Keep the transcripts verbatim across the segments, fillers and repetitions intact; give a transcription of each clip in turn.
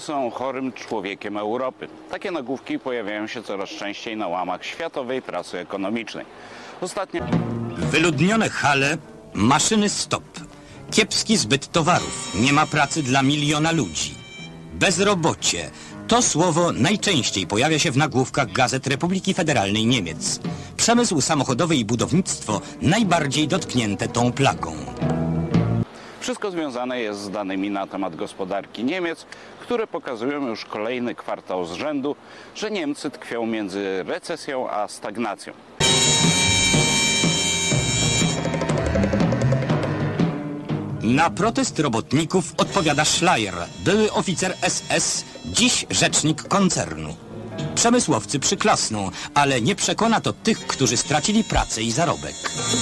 Są chorym człowiekiem Europy. Takie nagłówki pojawiają się coraz częściej na łamach światowej prasy ekonomicznej. Ostatnio... Wyludnione hale, maszyny stop. Kiepski zbyt towarów. Nie ma pracy dla miliona ludzi. Bezrobocie. To słowo najczęściej pojawia się w nagłówkach gazet Republiki Federalnej Niemiec. Przemysł samochodowy i budownictwo najbardziej dotknięte tą plagą. Wszystko związane jest z danymi na temat gospodarki Niemiec, które pokazują już kolejny kwartał z rzędu, że Niemcy tkwią między recesją a stagnacją. Na protest robotników odpowiada Schleyer, były oficer S S, dziś rzecznik koncernu. Przemysłowcy przyklasną, ale nie przekona to tych, którzy stracili pracę i zarobek.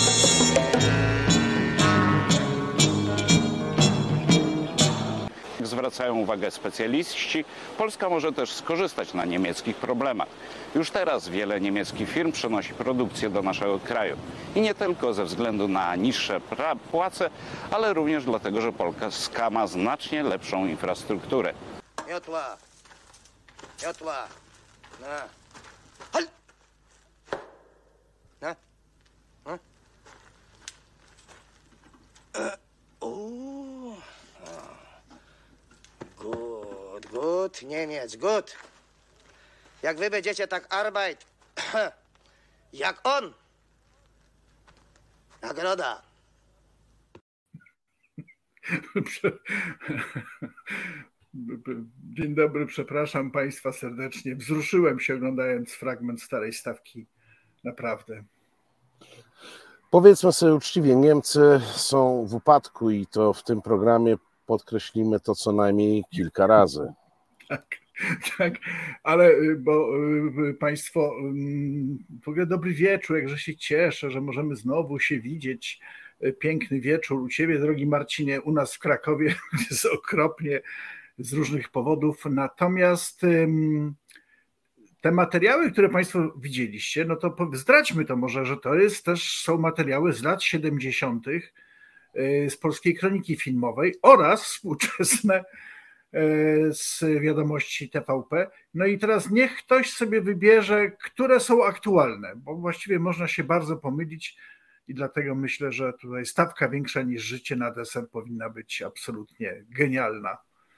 Jak zwracają uwagę specjaliści, Polska może też skorzystać na niemieckich problemach. Już teraz wiele niemieckich firm przenosi produkcję do naszego kraju. I nie tylko ze względu na niższe płace, ale również dlatego, że Polska ma znacznie lepszą infrastrukturę. Miotła! Miotła! Na! Hal! Na! Na! E, uuu. Gut, gut, Niemiec, gut. Jak wy będziecie tak Arbeit, jak on, nagroda. Dzień dobry, przepraszam Państwa serdecznie. Wzruszyłem się oglądając fragment starej stawki. Naprawdę. Powiedzmy sobie uczciwie, Niemcy są w upadku i to w tym programie podkreślimy to co najmniej kilka razy. Tak, tak, ale bo Państwo, w ogóle dobry wieczór, jakże się cieszę, że możemy znowu się widzieć. Piękny wieczór u Ciebie, drogi Marcinie, u nas w Krakowie jest okropnie z różnych powodów, natomiast te materiały, które Państwo widzieliście, no to zdradźmy to może, że to jest też są materiały z lat siedemdziesiątych z Polskiej Kroniki Filmowej oraz współczesne z Wiadomości T V P. No i teraz niech ktoś sobie wybierze, które są aktualne, bo właściwie można się bardzo pomylić i dlatego myślę, że tutaj stawka większa niż życie na deser powinna być absolutnie genialna.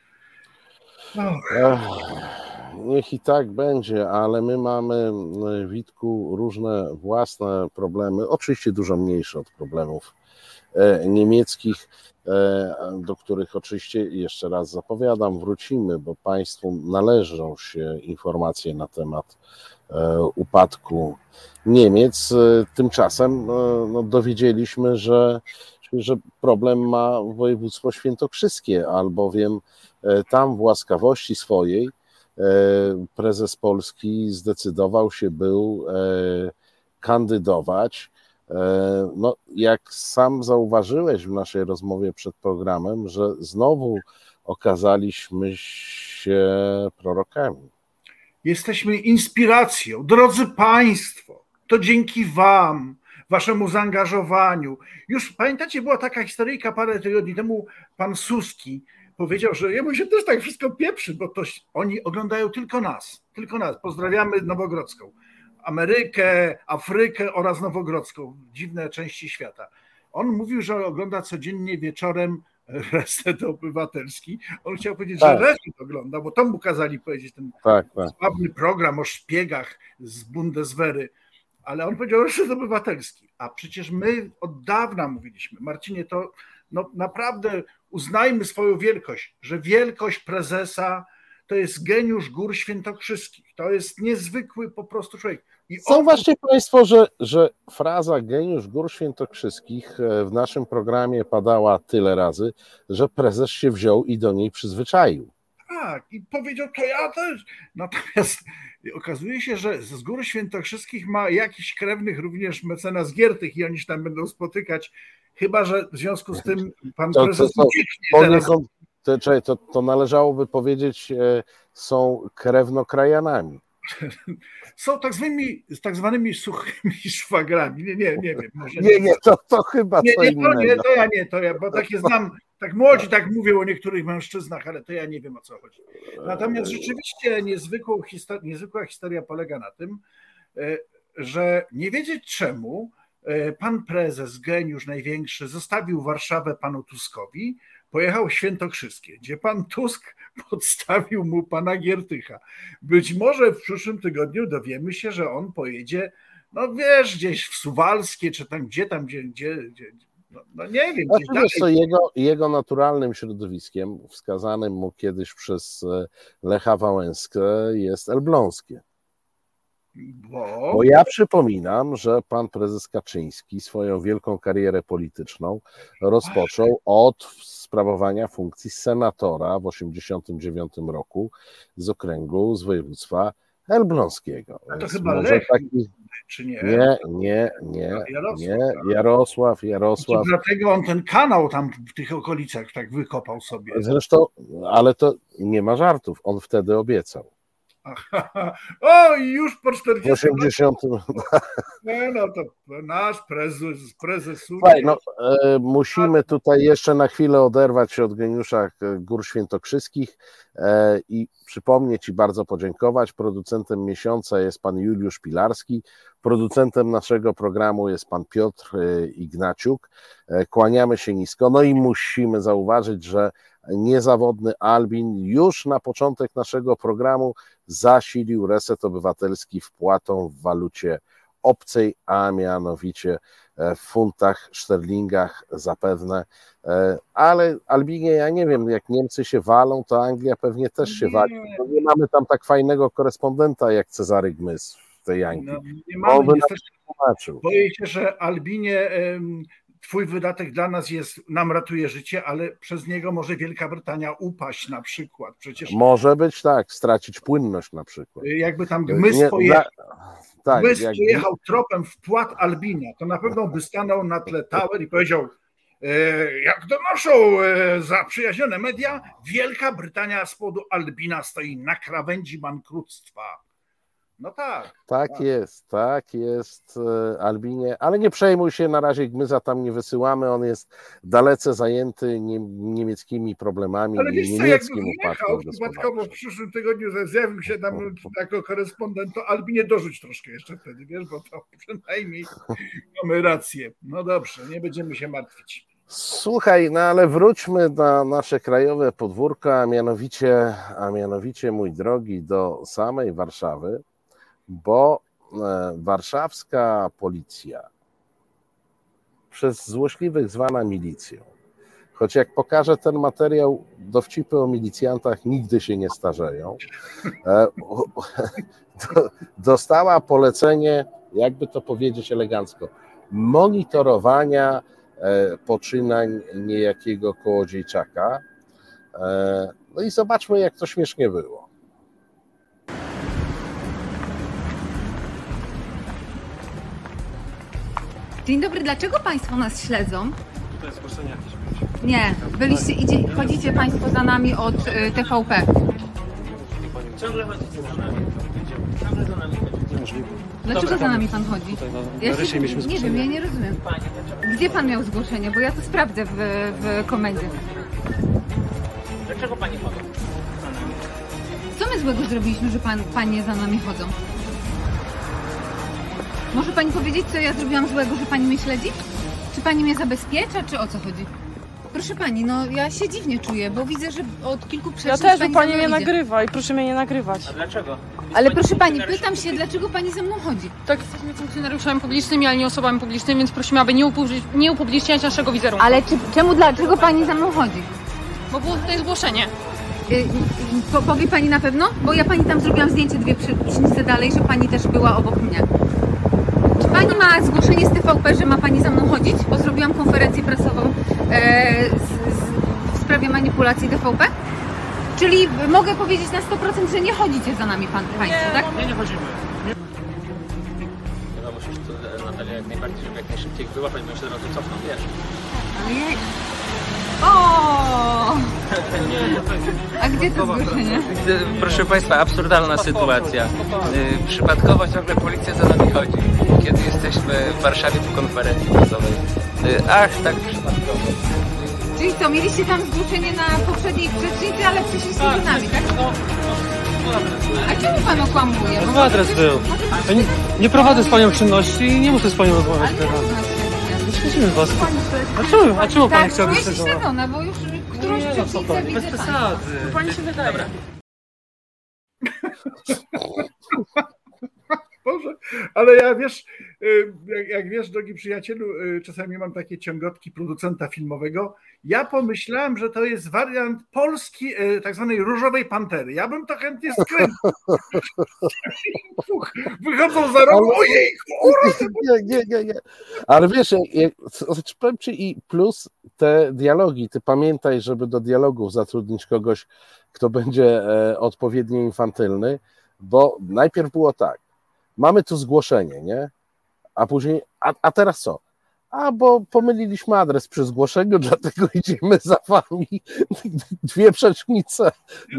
Ech, niech i tak będzie, ale my mamy, Witku, różne własne problemy, oczywiście dużo mniejsze od problemów niemieckich, do których oczywiście jeszcze raz zapowiadam, wrócimy, bo Państwu należą się informacje na temat upadku Niemiec. Tymczasem no, dowiedzieliśmy, że, że problem ma województwo świętokrzyskie, albowiem tam w łaskawości swojej prezes Polski zdecydował się był kandydować. No, jak sam zauważyłeś w naszej rozmowie przed programem, że znowu okazaliśmy się prorokami. Jesteśmy inspiracją. Drodzy Państwo, to dzięki Wam, Waszemu zaangażowaniu. Już pamiętacie, była taka historyjka parę tygodni temu, pan Suski powiedział, że jemu się też tak wszystko pieprzy, bo to oni oglądają tylko nas, tylko nas. Pozdrawiamy Nowogrodzką. Amerykę, Afrykę oraz Nowogrodzką, dziwne części świata. On mówił, że ogląda codziennie wieczorem Reset Obywatelski. On chciał powiedzieć, tak, że Reset ogląda, bo tam mu kazali powiedzieć ten tak, tak. sławny program o szpiegach z Bundeswehry, ale on powiedział Reset Obywatelski, a przecież my od dawna mówiliśmy, Marcinie, to no, naprawdę uznajmy swoją wielkość, że wielkość prezesa to jest geniusz Gór Świętokrzyskich. To jest niezwykły po prostu człowiek. I Zauważcie on... Państwo, że, że fraza geniusz Gór Świętokrzyskich w naszym programie padała tyle razy, że prezes się wziął i do niej przyzwyczaił. Tak, i powiedział, to ja też. Natomiast okazuje się, że z Gór Świętokrzyskich ma jakiś krewnych również mecenas Giertych i oni się tam będą spotykać, chyba że w związku z tym pan to, prezes to, to, ucieknie to, to, to, to należałoby powiedzieć, są krewnokrajanami. są tak zwanymi, tak zwanymi suchymi szwagrami. Nie, nie, nie wiem. Może Nie, nie, to, to chyba nie, co nie, to innego. nie, to ja nie, to ja, bo takie znam, tak młodzi tak mówią o niektórych mężczyznach, ale to ja nie wiem, o co chodzi. Natomiast rzeczywiście niezwykłą histor- niezwykła historia polega na tym, że nie wiedzieć czemu pan prezes, geniusz największy, zostawił Warszawę panu Tuskowi, pojechał w Świętokrzyskie, gdzie pan Tusk podstawił mu pana Giertycha. Być może w przyszłym tygodniu dowiemy się, że on pojedzie, no wiesz, gdzieś w Suwalskie, czy tam gdzie tam, gdzie, gdzie, gdzie no, no nie wiem. Znaczy, Gdzieś wiesz co, dalej. jego, jego naturalnym środowiskiem, wskazanym mu kiedyś przez Lecha Wałęskę, jest elbląskie. Bo... Bo ja przypominam, że pan prezes Kaczyński swoją wielką karierę polityczną rozpoczął od sprawowania funkcji senatora w osiemdziesiątym dziewiątym roku z okręgu, z województwa elbląskiego. A to Więc chyba może Lech, taki... czy nie? Nie, nie, nie, Jarosław, nie, tak. Jarosław, Jarosław. Czy dlatego on ten kanał tam w tych okolicach tak wykopał sobie. Zresztą, ale to nie ma żartów, on wtedy obiecał. O, i już po W czterdziestym osiemdziesiątym Nie, no to nasz prezes, prezesuje. Słuchaj, no, e, musimy tutaj jeszcze na chwilę oderwać się od geniusza Gór Świętokrzyskich e, i przypomnieć i bardzo podziękować. Producentem miesiąca jest pan Juliusz Pilarski, producentem naszego programu jest pan Piotr e, Ignaciuk. E, kłaniamy się nisko, no i musimy zauważyć, że niezawodny Albin już na początek naszego programu zasilił Reset Obywatelski wpłatą w walucie obcej, a mianowicie w funtach, szterlingach zapewne. Ale Albinie, ja nie wiem, jak Niemcy się walą, to Anglia pewnie też się wali. No nie mamy tam tak fajnego korespondenta jak Cezary Gmys w tej Anglii. No, nie mamy, On by nam niestety, tłumaczył. boję się, że Albinie, em, twój wydatek dla nas jest, nam ratuje życie, ale przez niego może Wielka Brytania upaść na przykład. Przecież Może być tak, stracić płynność na przykład. jakby tam Gmys Nie, pojechał, dla- tak, Gmys jak- pojechał tropem wpłat Albina, to na pewno by stanął na tle Tower i powiedział, e, jak donoszą e, zaprzyjaźnione media, Wielka Brytania z powodu Albina stoi na krawędzi bankructwa. No tak. Tak jest, tak jest, e, Albinie, ale nie przejmuj się, na razie Gmyza tam nie wysyłamy, on jest dalece zajęty nie, niemieckimi problemami Ale i wiesz co, jakby niemieckim wyjechał upadkiem przypadkowo w gospodarczym. przyszłym tygodniu, zjawił się tam jako korespondent, to Albinie dorzuć troszkę jeszcze wtedy, wiesz, bo to przynajmniej mamy rację. No dobrze, nie będziemy się martwić. Słuchaj, no ale wróćmy na nasze krajowe podwórko, a mianowicie, a mianowicie, mój drogi, do samej Warszawy, bo e, warszawska policja, przez złośliwych zwana milicją, choć jak pokażę ten materiał, dowcipy o milicjantach nigdy się nie starzeją, e, o, do, dostała polecenie, jakby to powiedzieć elegancko, monitorowania e, poczynań niejakiego Kołodziejczaka. E, no i zobaczmy, jak to śmiesznie było. Dzień dobry, dlaczego Państwo nas śledzą? To jest zgłoszenie jakieś być. Nie, byliście, idzie, chodzicie Państwo za nami od y, T V P. Ciągle chodzicie za nami. Ciągle za nami chodzicie. Niemożliwe. Dlaczego Dobra, za nami Pan chodzi? Tutaj na, Ja na rysie się, mieliśmy nie zgłoszenie. wiem, ja nie rozumiem. Gdzie Pan miał zgłoszenie? Bo ja to sprawdzę w, w komendzie. Dlaczego pani chodzą? Co my złego zrobiliśmy, że pan, Panie za nami chodzą? Może Pani powiedzieć, co ja zrobiłam złego, że Pani mnie śledzi? Czy Pani mnie zabezpiecza, czy o co chodzi? Proszę Pani, no ja się dziwnie czuję, bo widzę, że od kilku Ja przeszłych też, bo Pani pani za mnie mną idzie. nagrywa i proszę mnie nie nagrywać. A dlaczego? Ale proszę Pani, pytam się, dlaczego Pani ze mną chodzi? Tak, jesteśmy funkcjonariuszami publicznymi, ale nie osobami publicznymi, więc prosimy, aby nie, upublicz- nie upubliczniać naszego wizerunku. Ale czy, czemu, dlaczego Pani za mną chodzi? Bo było tutaj zgłoszenie. Y, y, po, powie Pani na pewno? Bo ja Pani tam zrobiłam zdjęcie dwie przyciśnice dalej, że Pani też była obok mnie. Czy Pani ma zgłoszenie z T V P, że ma Pani za mną chodzić? Bo zrobiłam konferencję prasową e, z, z, w sprawie manipulacji T V P? Czyli mogę powiedzieć na sto procent, że nie chodzicie za nami pan, Państwo, tak? Nie, nie chodzimy. No musisz to, Natalia, jak najbardziej, żeby jak najszybciej wyłapać, bo już od razu cofną, wiesz. Ale ja... O! A gdzie to zgłoszenie? Proszę Państwa, absurdalna sytuacja. Y, Przypadkowo ciągle policja za nami chodzi, kiedy jesteśmy w Warszawie po konferencji prasowej. Y, Ach, tak przypadkowo. Czyli co, mieliście tam zgłoszenie na poprzedniej rzecznicy, ale przyszliście do nami, tak? No, no, adres. A czemu pan okłamuje? No adres był. Ja nie, nie prowadzę z panią czynności i nie muszę z panią rozmawiać Ale teraz. jak nas się Śledzimy z was. Pani A czemu, a czemu pani Tak, chciała być jesteś śledzona? śledzona, bo już którąś Nie, no co rzecznicę pani, bez widzę przesady. Pani się wydaje. Dobra. Boże, ale ja wiesz, y, jak, jak wiesz, drogi przyjacielu, y, czasami mam takie ciągotki producenta filmowego. Ja pomyślałem, że to jest wariant polski, y, tak zwanej różowej pantery. Ja bym to chętnie skręcił. Fuch, wychodzą za rok, ojej, Nie, nie, nie, nie. Ale wiesz, jak, jak, znaczy powiem ci i plus te dialogi, ty pamiętaj, żeby do dialogów zatrudnić kogoś, kto będzie e, odpowiednio infantylny, bo najpierw było tak, mamy tu zgłoszenie, nie? A później, a, a teraz co? A bo pomyliliśmy adres przy zgłoszeniu, dlatego idziemy za wami dwie przecznice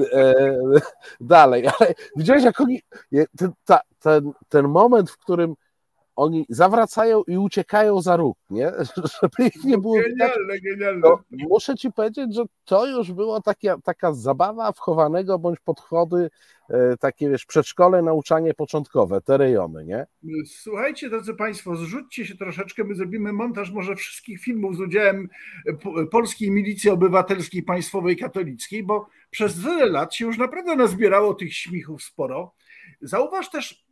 e, dalej. Ale widziałeś, jak oni, ten, ta, ten, ten moment, w którym oni zawracają i uciekają za róg, nie? Żeby ich nie było widać. genialne, genialne. No, muszę ci powiedzieć, że to już była taka, taka zabawa wchowanego bądź podchody, e, takie wiesz, przedszkole, nauczanie początkowe, te rejony, nie? Słuchajcie, drodzy Państwo, zrzućcie się troszeczkę, my zrobimy montaż może wszystkich filmów z udziałem po- Polskiej Milicji Obywatelskiej Państwowej Katolickiej, bo przez wiele lat się już naprawdę nazbierało tych śmichów sporo. Zauważ też,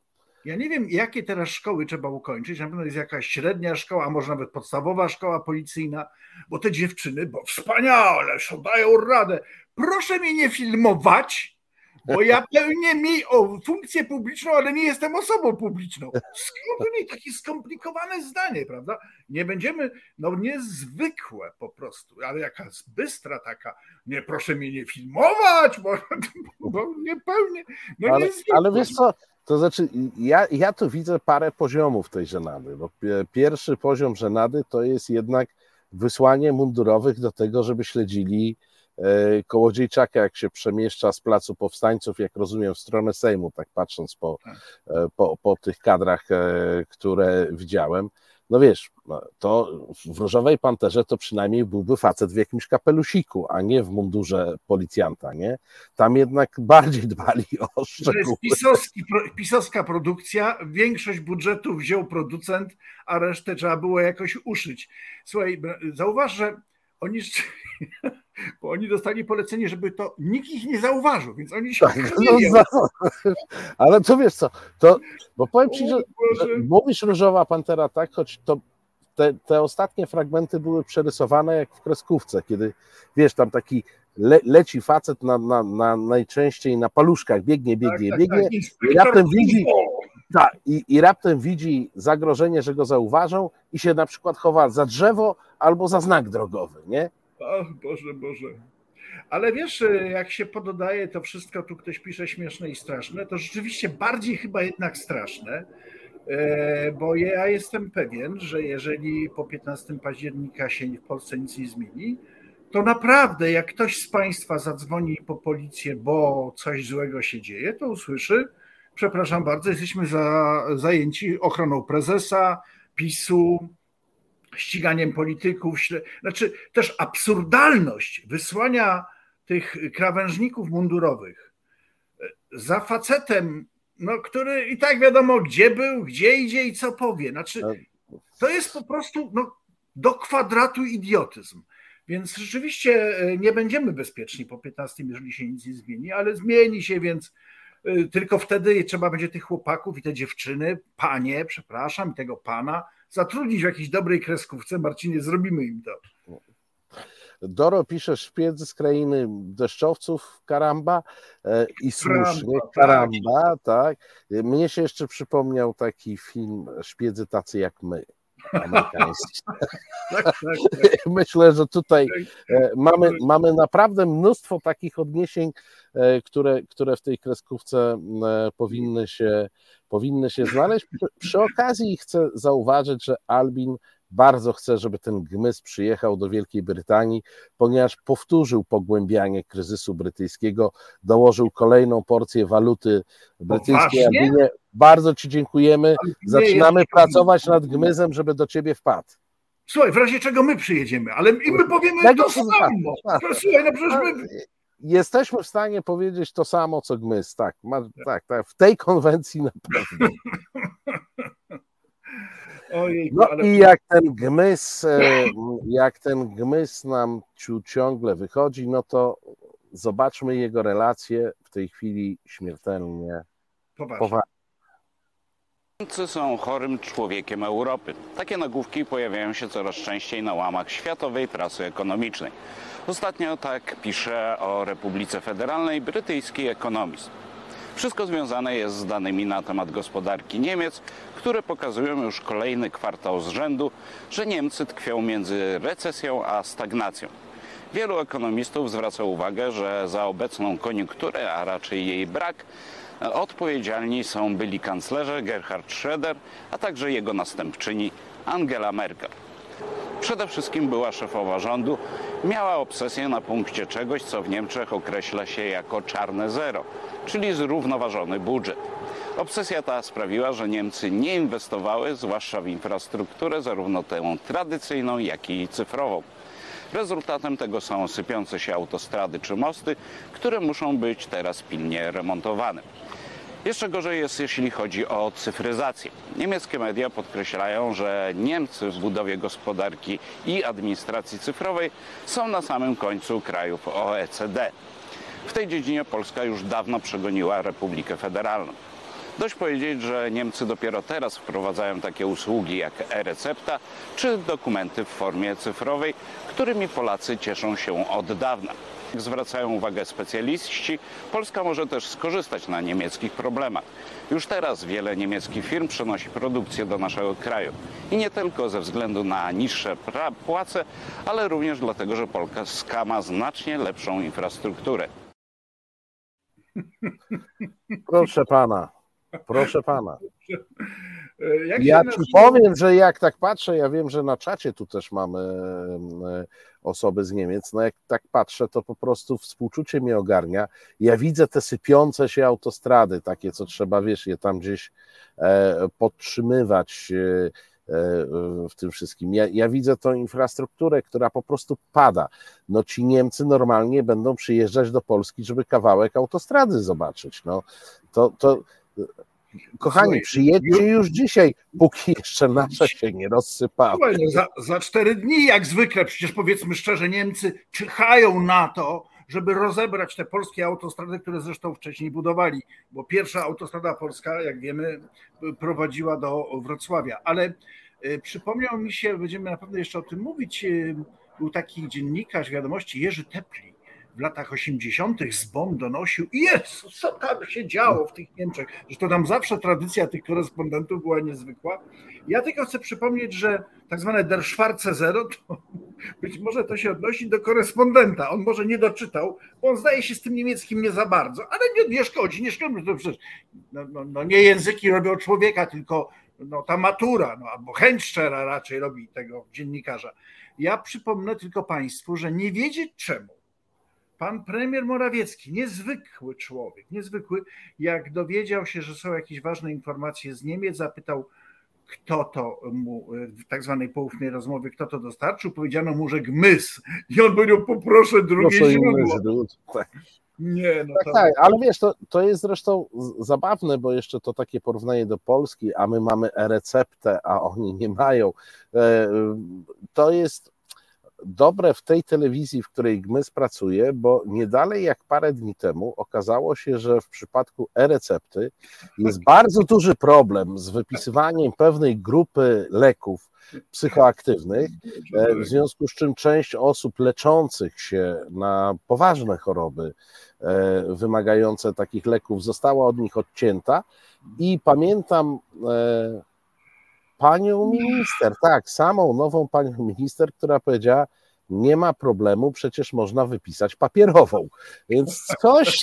ja nie wiem, jakie teraz szkoły trzeba ukończyć, na pewno jest jakaś średnia szkoła, a może nawet podstawowa szkoła policyjna, bo te dziewczyny, bo wspaniale, dają radę. Proszę mnie nie filmować, bo ja pełnię mi o funkcję publiczną, ale nie jestem osobą publiczną. Skąd u niej takie skomplikowane zdanie, prawda? Nie będziemy, no niezwykłe po prostu, ale jaka bystra taka, nie proszę mnie nie filmować, bo, bo nie pełnię, no Ale, niezwykłe. ale wiesz co, to znaczy ja, ja tu widzę parę poziomów tej żenady. Bo pie- pierwszy poziom żenady to jest jednak wysłanie mundurowych do tego, żeby śledzili e, Kołodziejczaka, jak się przemieszcza z Placu Powstańców, jak rozumiem, w stronę Sejmu, tak patrząc po, e, po, po tych kadrach, e, które widziałem. No wiesz, no, to w Różowej Panterze to przynajmniej byłby facet w jakimś kapelusiku, a nie w mundurze policjanta, nie? Tam jednak bardziej dbali o To szczegóły. jest pisowski, pro- pisowska produkcja, większość budżetu wziął producent, a resztę trzeba było jakoś uszyć. Słuchaj, zauważ, że oni, bo oni dostali polecenie, żeby to nikt ich nie zauważył, więc oni się Tak, no, chwalili. za, ale to wiesz co, to, bo powiem ci, że, O że Boże. mówisz Różowa Pantera, tak, choć to te, te ostatnie fragmenty były przerysowane jak w kreskówce, kiedy wiesz, tam taki le, leci facet na, na, na najczęściej na paluszkach, biegnie, biegnie, Tak, tak, biegnie tak. i Inspektor raptem widzi, Info. tak, i, i raptem widzi zagrożenie, że go zauważą i się na przykład chowa za drzewo albo za znak drogowy, nie? O Boże, Boże. Ale wiesz, jak się pododaje to wszystko, tu ktoś pisze śmieszne i straszne, to rzeczywiście bardziej chyba jednak straszne, e, bo ja jestem pewien, że jeżeli po piętnastego października się w Polsce nic nie zmieni, to naprawdę jak ktoś z Państwa zadzwoni po policję, bo coś złego się dzieje, to usłyszy, przepraszam bardzo, jesteśmy za, zajęci ochroną prezesa, PiSu, ściganiem polityków, śle- znaczy też absurdalność wysłania tych krawężników mundurowych za facetem, no, który i tak wiadomo gdzie był, gdzie idzie i co powie. Znaczy, to jest po prostu no, do kwadratu idiotyzm. Więc rzeczywiście nie będziemy bezpieczni po piętnastego, jeżeli się nic nie zmieni, ale zmieni się, więc tylko wtedy trzeba będzie tych chłopaków i te dziewczyny, panie, przepraszam, i tego pana zatrudnić w jakiejś dobrej kreskówce. Marcinie, zrobimy im to. Doro pisze szpieg z krainy deszczowców, karamba e, i słusznie, tak. karamba, tak. Mnie się jeszcze przypomniał taki film Szpiedzy tacy jak my, amerykański. Tak, tak, tak. Myślę, że tutaj e, mamy, mamy naprawdę mnóstwo takich odniesień, e, które, które w tej kreskówce e, powinny się, powinny się znaleźć. Przy, przy okazji chcę zauważyć, że Albin bardzo chce, żeby ten gmys przyjechał do Wielkiej Brytanii, ponieważ powtórzył pogłębianie kryzysu brytyjskiego, dołożył kolejną porcję waluty brytyjskiej. Poważnie? Albinie, bardzo Ci dziękujemy. Ale nie Zaczynamy jest- pracować nad gmyzem, żeby do Ciebie wpadł. Słuchaj, w razie czego my przyjedziemy, ale i my powiemy Jak to to samo. tak. Słuchaj, no przecież my... Jesteśmy w stanie powiedzieć to samo, co gmys. Tak, ma, tak, tak, w tej konwencji na pewno. Ojej, No ale... i jak ten gmys, e, jak ten gmys nam ciu- ciągle wychodzi, no to zobaczmy jego relacje w tej chwili śmiertelnie Poważnie. poważne. Niemcy są chorym człowiekiem Europy. Takie nagłówki pojawiają się coraz częściej na łamach światowej prasy ekonomicznej. Ostatnio tak pisze o Republice Federalnej brytyjski ekonomist. Wszystko związane jest z danymi na temat gospodarki Niemiec, które pokazują już kolejny kwartał z rzędu, że Niemcy tkwią między recesją a stagnacją. Wielu ekonomistów zwraca uwagę, że za obecną koniunkturę, a raczej jej brak, odpowiedzialni są byli kanclerze Gerhard Schröder, a także jego następczyni Angela Merkel. Przede wszystkim była szefowa rządu, miała obsesję na punkcie czegoś, co w Niemczech określa się jako czarne zero, czyli zrównoważony budżet. Obsesja ta sprawiła, że Niemcy nie inwestowały, zwłaszcza w infrastrukturę, zarówno tę tradycyjną, jak i cyfrową. Rezultatem tego są sypiące się autostrady czy mosty, które muszą być teraz pilnie remontowane. Jeszcze gorzej jest, jeśli chodzi o cyfryzację. Niemieckie media podkreślają, że Niemcy w budowie gospodarki i administracji cyfrowej są na samym końcu krajów O E C D. W tej dziedzinie Polska już dawno przegoniła Republikę Federalną. Dość powiedzieć, że Niemcy dopiero teraz wprowadzają takie usługi jak e-recepta czy dokumenty w formie cyfrowej, którymi Polacy cieszą się od dawna. Jak zwracają uwagę specjaliści, Polska może też skorzystać na niemieckich problemach. Już teraz wiele niemieckich firm przenosi produkcję do naszego kraju. I nie tylko ze względu na niższe płace, ale również dlatego, że Polska ma znacznie lepszą infrastrukturę. Proszę pana, proszę pana. Jak Ja się ci nazywa- powiem, że jak tak patrzę, ja wiem, że na czacie tu też mamy e, osoby z Niemiec, no jak tak patrzę, to po prostu współczucie mnie ogarnia. Ja widzę te sypiące się autostrady, takie, co trzeba, wiesz, je tam gdzieś e, podtrzymywać e, w tym wszystkim. Ja, ja widzę tą infrastrukturę, która po prostu pada. No ci Niemcy normalnie będą przyjeżdżać do Polski, żeby kawałek autostrady zobaczyć. No to, to kochani, Słuchaj, przyjedźcie już dzisiaj, póki jeszcze nasze się nie rozsypały. Słuchaj, no za, za cztery dni, jak zwykle, przecież powiedzmy szczerze, Niemcy czyhają na to, żeby rozebrać te polskie autostrady, które zresztą wcześniej budowali, bo pierwsza autostrada polska, jak wiemy, prowadziła do Wrocławia. Ale y, przypomniał mi się, będziemy na pewno jeszcze o tym mówić, y, był taki dziennikarz Wiadomości Jerzy Tepli, w latach osiemdziesiątych z Bonn donosił, Jezus, co tam się działo w tych Niemczech, że to tam zawsze tradycja tych korespondentów była niezwykła. Ja tylko chcę przypomnieć, że tak zwane Der Schwarze Zero, to być może to się odnosi do korespondenta, on może nie doczytał, bo on zdaje się z tym niemieckim nie za bardzo, ale nie, nie szkodzi, nie szkodzi, to przecież no, no, no nie języki robią człowieka, tylko no, ta matura, no, albo chęć szczera raczej robi tego dziennikarza. Ja przypomnę tylko Państwu, że nie wiedzieć czemu pan premier Morawiecki, niezwykły człowiek, niezwykły, jak dowiedział się, że są jakieś ważne informacje z Niemiec, zapytał, kto to mu w tak zwanej poufnej rozmowie, kto to dostarczył, powiedziano mu, że gmys. I on powiedział, poproszę drugie Proszę źródło. źródło. Tak. Nie, no Tak, to... tak, ale wiesz, to, to jest zresztą zabawne, bo jeszcze to takie porównanie do Polski, a my mamy e-receptę, a oni nie mają. To jest dobre w tej telewizji, w której gmys pracuje, bo nie dalej jak parę dni temu okazało się, że w przypadku e-recepty jest bardzo duży problem z wypisywaniem pewnej grupy leków psychoaktywnych, w związku z czym część osób leczących się na poważne choroby wymagające takich leków została od nich odcięta i pamiętam panią minister, tak, samą nową panią minister, która powiedziała, nie ma problemu, przecież można wypisać papierową, więc coś...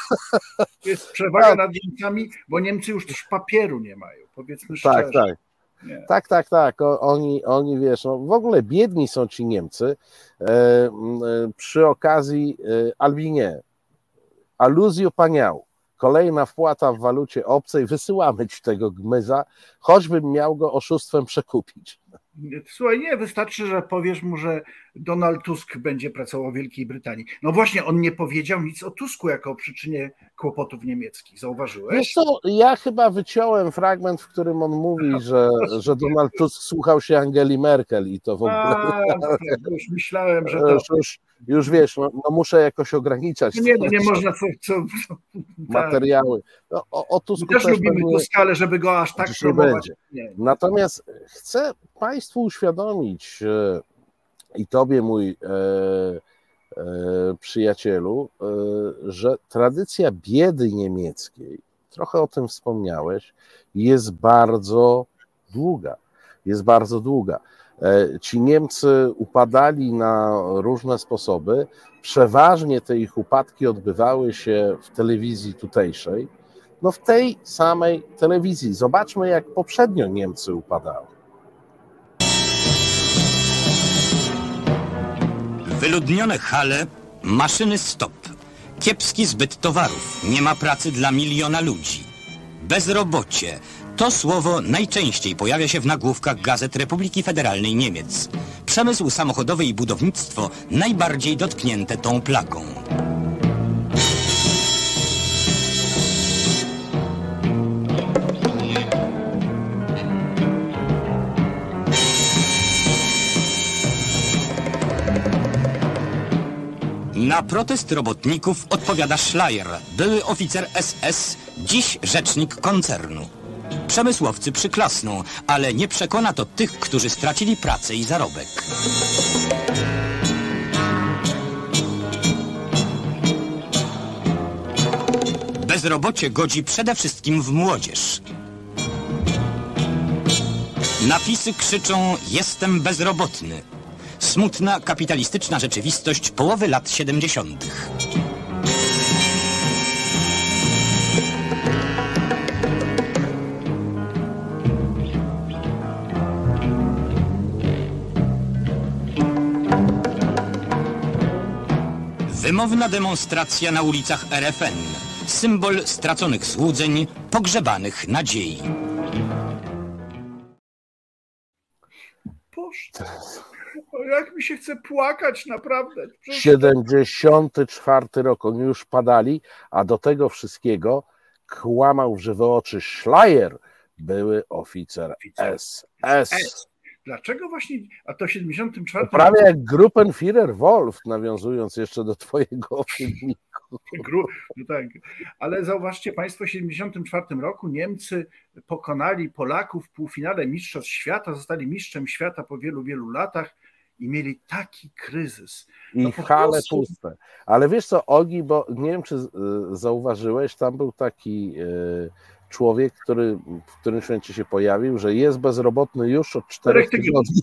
Jest przewaga nad Niemcami, bo Niemcy już też papieru nie mają, powiedzmy szczerze. Tak, tak. Nie. Tak, tak, tak. O, oni, oni, wiesz, no w ogóle biedni są ci Niemcy. E, e, przy okazji, e, Albinie, aluzjo paniał, kolejna wpłata w walucie obcej, wysyłamy ci tego gmyza, choćbym miał go oszustwem przekupić. Słuchaj, nie, wystarczy, że powiesz mu, że Donald Tusk będzie pracował w Wielkiej Brytanii. No właśnie, on nie powiedział nic o Tusku jako o przyczynie kłopotów niemieckich. Zauważyłeś? Wiesz co, ja chyba wyciąłem fragment, w którym on mówi, że, że Donald Tusk słuchał się Angeli Merkel i to w ogóle... A, już myślałem, że to... Już, już wiesz, no, no muszę jakoś ograniczać Nie, no nie można co... co, co materiały. No, o, o Tusku My też też lubimy pewnie... Tuska, ale żeby go aż tak Dziś promować... nie Nie. Natomiast chcę Państwu uświadomić e, i Tobie, mój e, e, przyjacielu, e, że tradycja biedy niemieckiej, trochę o tym wspomniałeś, jest bardzo długa. Jest bardzo długa. E, ci Niemcy upadali na różne sposoby. Przeważnie te ich upadki odbywały się w telewizji tutejszej. No w tej samej telewizji. Zobaczmy, jak poprzednio Niemcy upadały. Wyludnione hale, maszyny stop. Kiepski zbyt towarów, nie ma pracy dla miliona ludzi. Bezrobocie. To słowo najczęściej pojawia się w nagłówkach gazet Republiki Federalnej Niemiec. Przemysł samochodowy i budownictwo najbardziej dotknięte tą plagą. Na protest robotników odpowiada Schleyer, były oficer S S, dziś rzecznik koncernu. Przemysłowcy przyklasną, ale nie przekona to tych, którzy stracili pracę i zarobek. Bezrobocie godzi przede wszystkim w młodzież. Napisy krzyczą: jestem bezrobotny. Smutna, kapitalistyczna rzeczywistość połowy lat siedemdziesiątych. Wymowna demonstracja na ulicach R F N. Symbol straconych złudzeń, pogrzebanych nadziei. Boże, o, jak mi się chce płakać, naprawdę. Przecież... siedemdziesiąty czwarty rok, oni już padali, a do tego wszystkiego kłamał w żywe oczy Schleyer, były oficer S S. Dlaczego właśnie, a to w siedemdziesiątym czwartym Prawie jak Gruppenführer Wolf, nawiązując jeszcze do twojego filmiku. No tak. Ale zauważcie Państwo, w siedemdziesiątym czwartym roku Niemcy pokonali Polaków w półfinale Mistrzostw Świata, zostali mistrzem świata po wielu, wielu latach i mieli taki kryzys. I no hale prostu... puste. Ale wiesz co, Ogi, bo nie wiem, czy zauważyłeś, tam był taki człowiek, który w którymś momencie się pojawił, że jest bezrobotny już od czterech tygodni.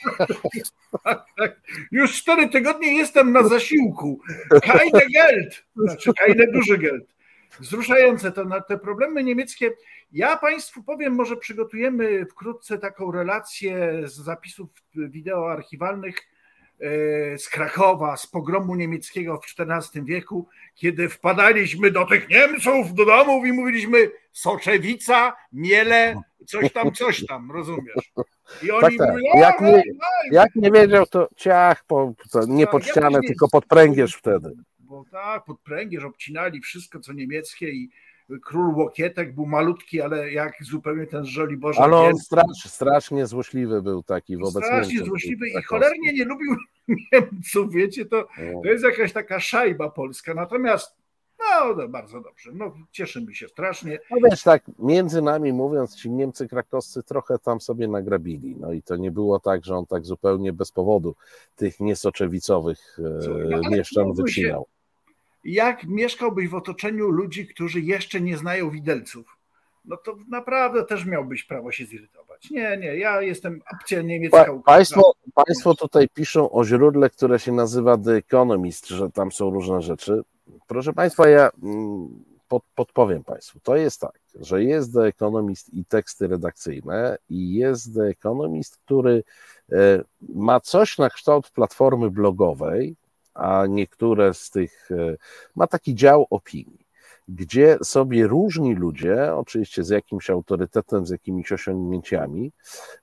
Tak, tak. Już cztery tygodnie jestem na zasiłku. Keine Geld. Znaczy, keine duże Geld. Wzruszające to na te problemy niemieckie. Ja Państwu powiem, może przygotujemy wkrótce taką relację z zapisów wideo archiwalnych z Krakowa, z pogromu niemieckiego w czternastym wieku, kiedy wpadaliśmy do tych Niemców, do domów i mówiliśmy Soczewica, Miele, coś tam, coś tam, rozumiesz? I oni tak, tak. mówią, jak, nie, jak nie wiedział, to ciach, po, to nie pod ja ścianę, nie, tylko pod pręgierz wtedy. Bo tak, pod pręgierz obcinali wszystko, co niemieckie i król Łokietek był malutki, ale jak zupełnie ten z Żoliborza. Ale on strasznie, strasznie złośliwy był taki wobec Strasznie Niemców. złośliwy i cholernie nie lubił Niemców, wiecie, to, to jest jakaś taka szajba polska, natomiast no, no bardzo dobrze, no cieszymy się strasznie. No wiesz, tak między nami mówiąc, ci Niemcy krakowscy trochę tam sobie nagrabili, no i to nie było tak, że on tak zupełnie bez powodu tych niesoczewicowych no, mieszczan wycinał. Jak mieszkałbyś w otoczeniu ludzi, którzy jeszcze nie znają widelców, no to naprawdę też miałbyś prawo się zirytować. Nie, nie, ja jestem opcja niemiecka. Pa, państwo, państwo tutaj piszą o źródle, które się nazywa The Economist, że tam są różne rzeczy. Proszę Państwa, ja pod, podpowiem Państwu. To jest tak, że jest The Economist i teksty redakcyjne i jest The Economist, który ma coś na kształt platformy blogowej, a niektóre z tych ma taki dział opinii, gdzie sobie różni ludzie, oczywiście z jakimś autorytetem, z jakimiś osiągnięciami,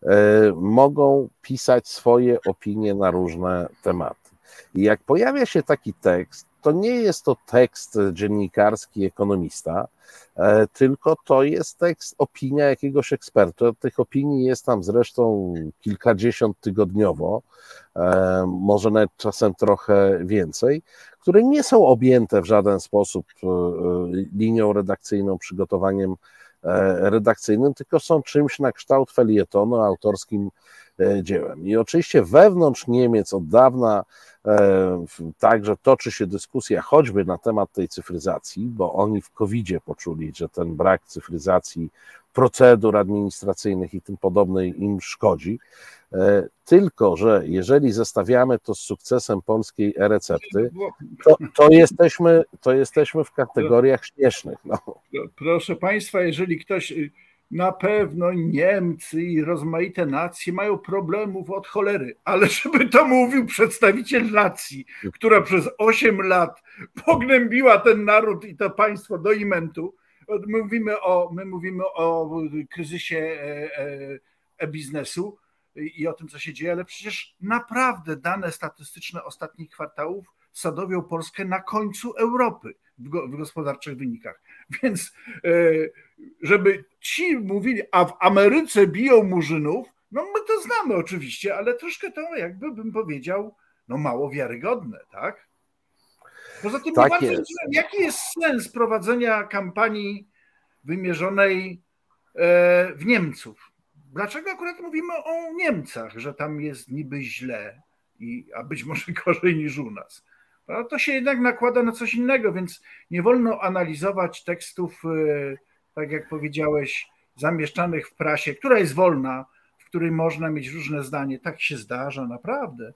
mogą pisać swoje opinie na różne tematy. I jak pojawia się taki tekst, to nie jest to tekst dziennikarski ekonomista, tylko to jest tekst, opinia jakiegoś eksperta. Tych opinii jest tam zresztą kilkadziesiąt tygodniowo, może nawet czasem trochę więcej, które nie są objęte w żaden sposób linią redakcyjną, przygotowaniem redakcyjnym, tylko są czymś na kształt felietonu, autorskim dziełem. I oczywiście wewnątrz Niemiec od dawna także toczy się dyskusja choćby na temat tej cyfryzacji, bo oni w kowidzie poczuli, że ten brak cyfryzacji procedur administracyjnych i tym podobnej im szkodzi. Tylko że jeżeli zestawiamy to z sukcesem polskiej e-recepty, to, to, jesteśmy, to jesteśmy w kategoriach śmiesznych. No. Proszę Państwa, jeżeli ktoś... Na pewno Niemcy i rozmaite nacje mają problemów od cholery, ale żeby to mówił przedstawiciel nacji, która przez osiem lat pognębiła ten naród i to państwo do imentu, my mówimy o, my mówimy o kryzysie e-biznesu i o tym, co się dzieje, ale przecież naprawdę dane statystyczne ostatnich kwartałów sadowią Polskę na końcu Europy w gospodarczych wynikach. Więc żeby ci mówili, a w Ameryce biją murzynów, no my to znamy oczywiście, ale troszkę to jakby bym powiedział, no mało wiarygodne, tak? Poza tym tak nie bardzo jest. wiem, jaki jest sens prowadzenia kampanii wymierzonej w Niemców. Dlaczego akurat mówimy o Niemcach, że tam jest niby źle, i, a być może gorzej niż u nas? No to się jednak nakłada na coś innego, więc nie wolno analizować tekstów, tak jak powiedziałeś, zamieszczanych w prasie, która jest wolna, w której można mieć różne zdanie. Tak się zdarza, naprawdę.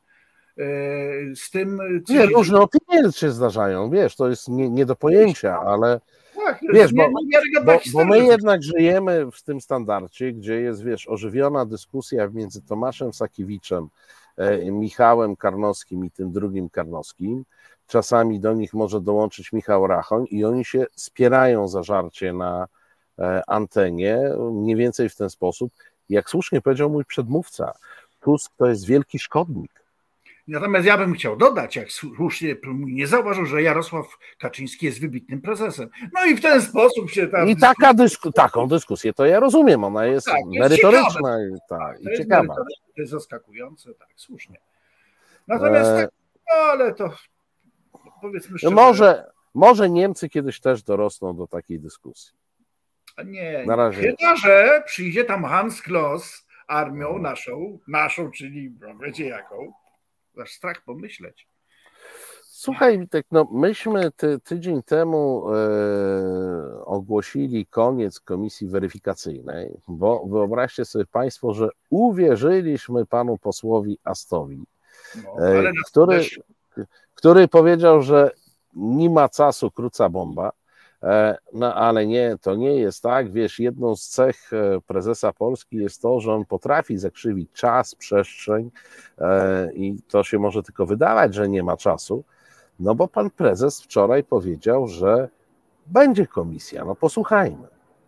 Z tym... Co nie, się... różne opinie się zdarzają, wiesz, to jest nie, nie do pojęcia, ale tak, wiesz, bo, bo, bo my historia. jednak żyjemy w tym standardzie, gdzie jest, wiesz, ożywiona dyskusja między Tomaszem Sakiewiczem, Michałem Karnowskim i tym drugim Karnowskim. Czasami do nich może dołączyć Michał Rachoń i oni się spierają zażarcie na antenie, mniej więcej w ten sposób. Jak słusznie powiedział mój przedmówca, Tusk to jest wielki szkodnik. Natomiast ja bym chciał dodać, jak słusznie nie zauważył, że Jarosław Kaczyński jest wybitnym prezesem. No i w ten sposób się tam... I taka dysku, taką dyskusję to ja rozumiem, ona jest tak, merytoryczna jest i, tak, to i ciekawa. To jest zaskakujące, tak, słusznie. Natomiast e... tak, no ale to powiedzmy szczerze... Może, może Niemcy kiedyś też dorosną do takiej dyskusji. A nie, Na razie. Chyba że przyjdzie tam Hans Kloss armią naszą, naszą, czyli no, wiecie jaką, aż strach pomyśleć. Słuchaj, Witek, no myśmy ty, tydzień temu e, ogłosili koniec komisji weryfikacyjnej, bo wyobraźcie sobie Państwo, że uwierzyliśmy panu posłowi Astowi, no, e, który, też... który powiedział, że nie ma czasu, króca bomba. E, no ale nie, to nie jest tak. Wiesz, jedną z cech prezesa Polski jest to, że on potrafi zakrzywić czas, przestrzeń e, i to się może tylko wydawać, że nie ma czasu. No bo pan prezes wczoraj powiedział, że będzie komisja. No posłuchajmy.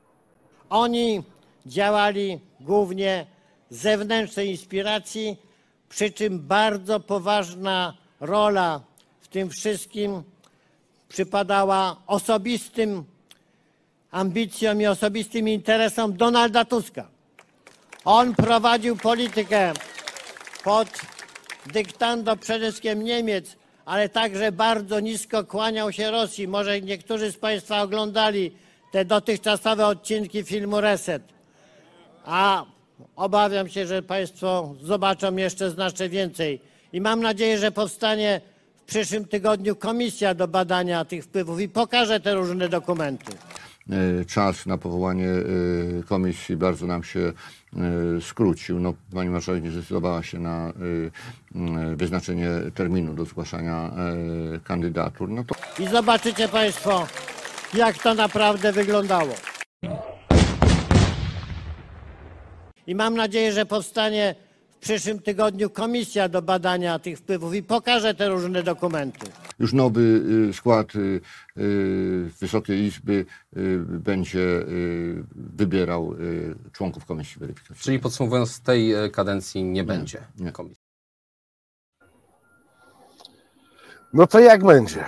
Oni działali głównie z zewnętrznej inspiracji, przy czym bardzo poważna rola w tym wszystkim przypadała osobistym ambicjom i osobistym interesom Donalda Tuska. On prowadził politykę pod dyktando przede wszystkim Niemiec, ale także bardzo nisko kłaniał się Rosji. Może niektórzy z Państwa oglądali te dotychczasowe odcinki filmu Reset. A obawiam się, że Państwo zobaczą jeszcze znacznie więcej. I mam nadzieję, że powstanie w przyszłym tygodniu komisja do badania tych wpływów i pokaże te różne dokumenty. Czas na powołanie komisji bardzo nam się skrócił. No, pani marszałek nie zdecydowała się na wyznaczenie terminu do zgłaszania kandydatur. No to... I zobaczycie Państwo, jak to naprawdę wyglądało. I mam nadzieję, że powstanie w przyszłym tygodniu komisja do badania tych wpływów i pokaże te różne dokumenty. Już nowy y, skład y, y, Wysokiej Izby y, będzie y, wybierał y, członków Komisji Weryfikacyjnej. Czyli podsumowując, tej e, kadencji nie, Nie, będzie nie. komisji. No to jak będzie?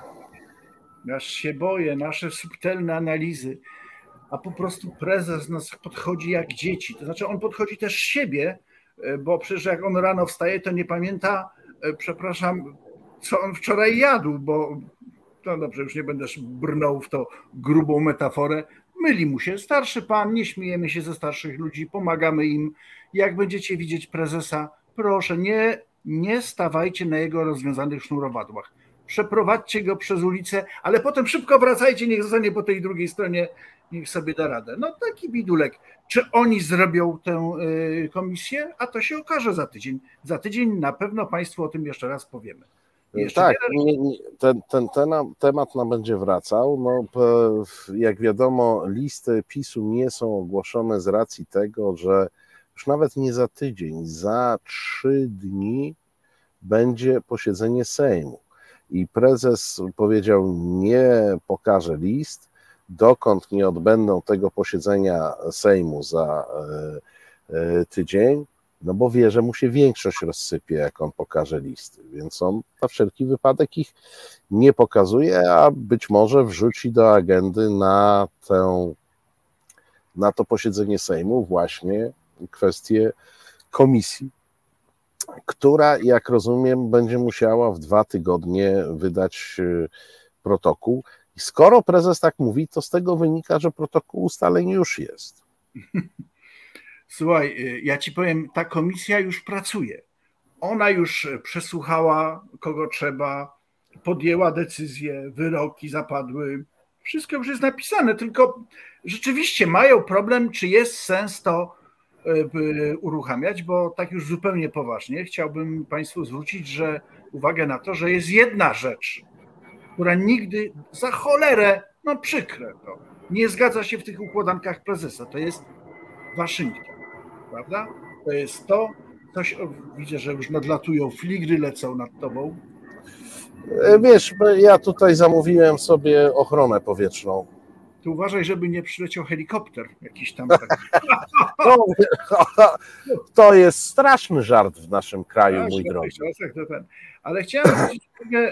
Aż się boję, nasze subtelne analizy, a po prostu prezes nas podchodzi jak dzieci. To znaczy on podchodzi też siebie, bo przecież jak on rano wstaje, to nie pamięta, przepraszam, co on wczoraj jadł, bo no dobrze, już nie będę brnął w to grubą metaforę. Myli mu się. Starszy pan, nie śmiejemy się ze starszych ludzi, pomagamy im. Jak będziecie widzieć prezesa, proszę, nie, nie stawajcie na jego rozwiązanych sznurowadłach. Przeprowadźcie go przez ulicę, ale potem szybko wracajcie, niech zostanie po tej drugiej stronie, niech sobie da radę. No taki bidulek. Czy oni zrobią tę y, komisję? A to się okaże za tydzień. Za tydzień na pewno Państwu o tym jeszcze raz powiemy. Jeszcze tak, wiele... nie, nie, ten, ten, ten temat nam będzie wracał. No, jak wiadomo, listy PiSu nie są ogłoszone z racji tego, że już nawet nie za tydzień, za trzy dni będzie posiedzenie Sejmu. I prezes powiedział, nie pokaże list, dokąd nie odbędą tego posiedzenia Sejmu za tydzień, no bo wie, że mu się większość rozsypie, jak on pokaże listy, więc on na wszelki wypadek ich nie pokazuje, a być może wrzuci do agendy na, tę, na to posiedzenie Sejmu właśnie kwestię komisji, która, jak rozumiem, będzie musiała w dwa tygodnie wydać protokół. I skoro prezes tak mówi, to z tego wynika, że protokół ustaleń już jest. Słuchaj, ja ci powiem, ta komisja już pracuje. Ona już przesłuchała, kogo trzeba, podjęła decyzje, wyroki zapadły. Wszystko już jest napisane, tylko rzeczywiście mają problem, czy jest sens to uruchamiać, bo tak już zupełnie poważnie chciałbym Państwu zwrócić że uwagę na to, że jest jedna rzecz, która nigdy za cholerę, no przykre to, nie zgadza się w tych układankach prezesa. To jest Waszyngton, prawda? To jest to, coś, o, widzę, że już nadlatują, fligry lecą nad tobą. Wiesz, ja tutaj zamówiłem sobie ochronę powietrzną. Tu uważaj, żeby nie przyleciał helikopter jakiś tam. Tak. To, to jest straszny żart w naszym kraju, tak, mój drogi. Ale chciałem zwrócić uwagę,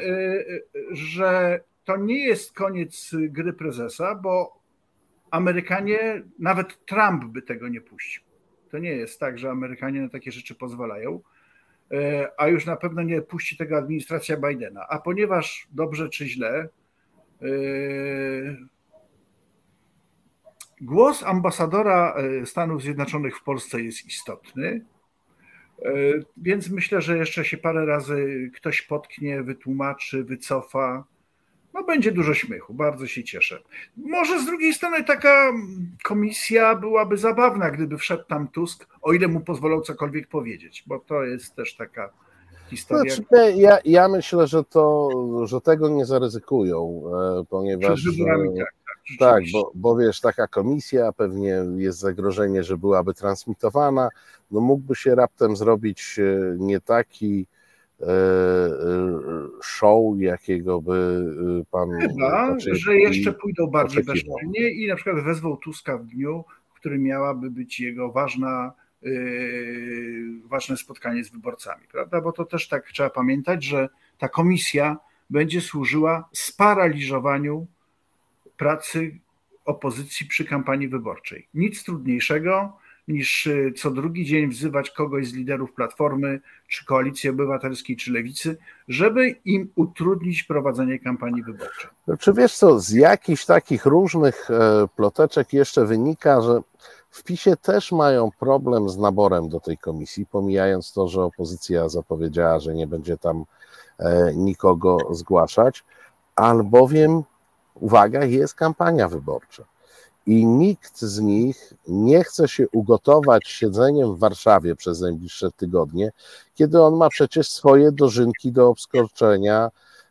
że to nie jest koniec gry prezesa, bo Amerykanie, nawet Trump by tego nie puścił. To nie jest tak, że Amerykanie na takie rzeczy pozwalają, a już na pewno nie puści tego administracja Bidena. A ponieważ dobrze czy źle, głos ambasadora Stanów Zjednoczonych w Polsce jest istotny, więc myślę, że jeszcze się parę razy ktoś potknie, wytłumaczy, wycofa. No będzie dużo śmiechu, bardzo się cieszę. Może z drugiej strony taka komisja byłaby zabawna, gdyby wszedł tam Tusk, o ile mu pozwolą cokolwiek powiedzieć, bo to jest też taka historia. Znaczy, ja, ja myślę, że, to, że tego nie zaryzykują, ponieważ... Przed wyborami, tak. Tak, bo, bo wiesz, taka komisja, pewnie jest zagrożenie, że byłaby transmitowana, no mógłby się raptem zrobić nie taki show, jakiego by pan... Chyba, że jeszcze pójdą bardziej bezczelnie i na przykład wezwą Tuska w dniu, w którym miałaby być jego ważna, yy, ważne spotkanie z wyborcami, prawda? Bo to też tak trzeba pamiętać, że ta komisja będzie służyła sparaliżowaniu pracy opozycji przy kampanii wyborczej. Nic trudniejszego niż co drugi dzień wzywać kogoś z liderów Platformy, czy Koalicji Obywatelskiej, czy Lewicy, żeby im utrudnić prowadzenie kampanii wyborczej. Czy wiesz co, z jakichś takich różnych ploteczek jeszcze wynika, że w PiSie też mają problem z naborem do tej komisji, pomijając to, że opozycja zapowiedziała, że nie będzie tam nikogo zgłaszać, albowiem uwaga, jest kampania wyborcza i nikt z nich nie chce się ugotować siedzeniem w Warszawie przez najbliższe tygodnie, kiedy on ma przecież swoje dożynki do obskoczenia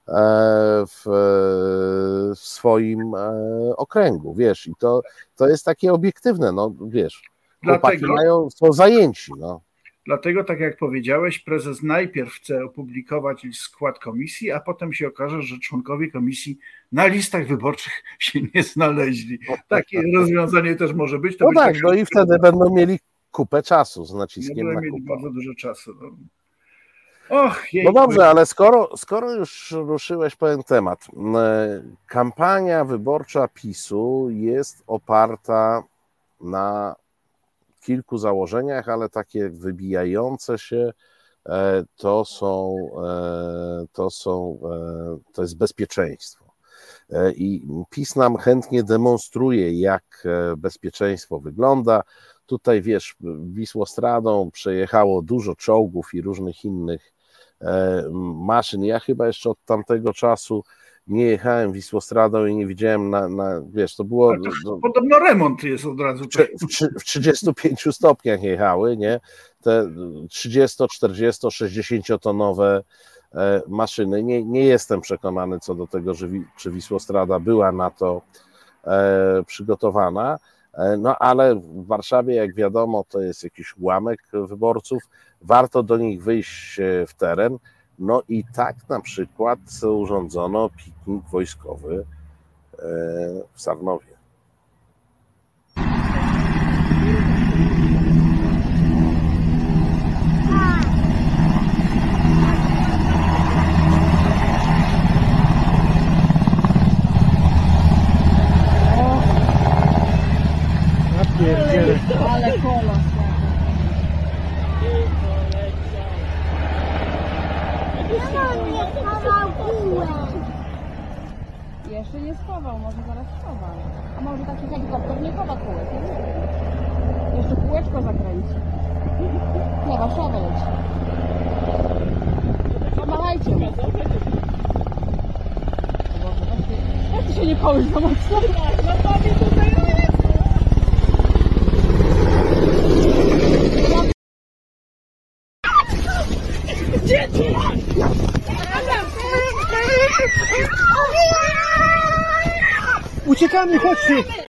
w, w swoim okręgu, wiesz, i to, to jest takie obiektywne, no wiesz, chłopaki Dlatego- mają, są zajęci, no. Dlatego, tak jak powiedziałeś, prezes najpierw chce opublikować skład komisji, a potem się okaże, że członkowie komisji na listach wyborczych się nie znaleźli. Takie rozwiązanie też może być. To No być tak, no i wtedy będą mieli kupę czasu z naciskiem Będziemy na mieli kupę. bardzo dużo czasu. No. Och, jej, No dobrze, ale skoro, skoro już ruszyłeś pewien temat. Kampania wyborcza PiSu jest oparta na kilku założeniach, ale takie wybijające się to są, to są, to jest bezpieczeństwo. I PiS nam chętnie demonstruje, jak bezpieczeństwo wygląda. Tutaj, wiesz, Wisłostradą przejechało dużo czołgów i różnych innych maszyn. Ja chyba jeszcze od tamtego czasu nie jechałem Wisłostradą i nie widziałem na, na wiesz, to było... To podobno remont jest od razu. W, w trzydziestu pięciu stopniach jechały, nie? Te trzydziesto, czterdziesto, sześćdziesięciotonowe maszyny. Nie, nie jestem przekonany co do tego, że, czy Wisłostrada była na to e, przygotowana. No ale w Warszawie, jak wiadomo, to jest jakiś ułamek wyborców. Warto do nich wyjść w teren. No i tak na przykład urządzono piknik wojskowy w Sarnowie. Ale kolos. Jeszcze nie schował, może zaraz schowa. A może taki helikopter nie chowa kółek. Jeszcze kółeczko zakręci. Na Warszawę leci. Pomagajcie mu. Boże, właśnie, właśnie się nie połysz za mocno. No to mi tutaj dzieci! Uciekamy, chodźcie!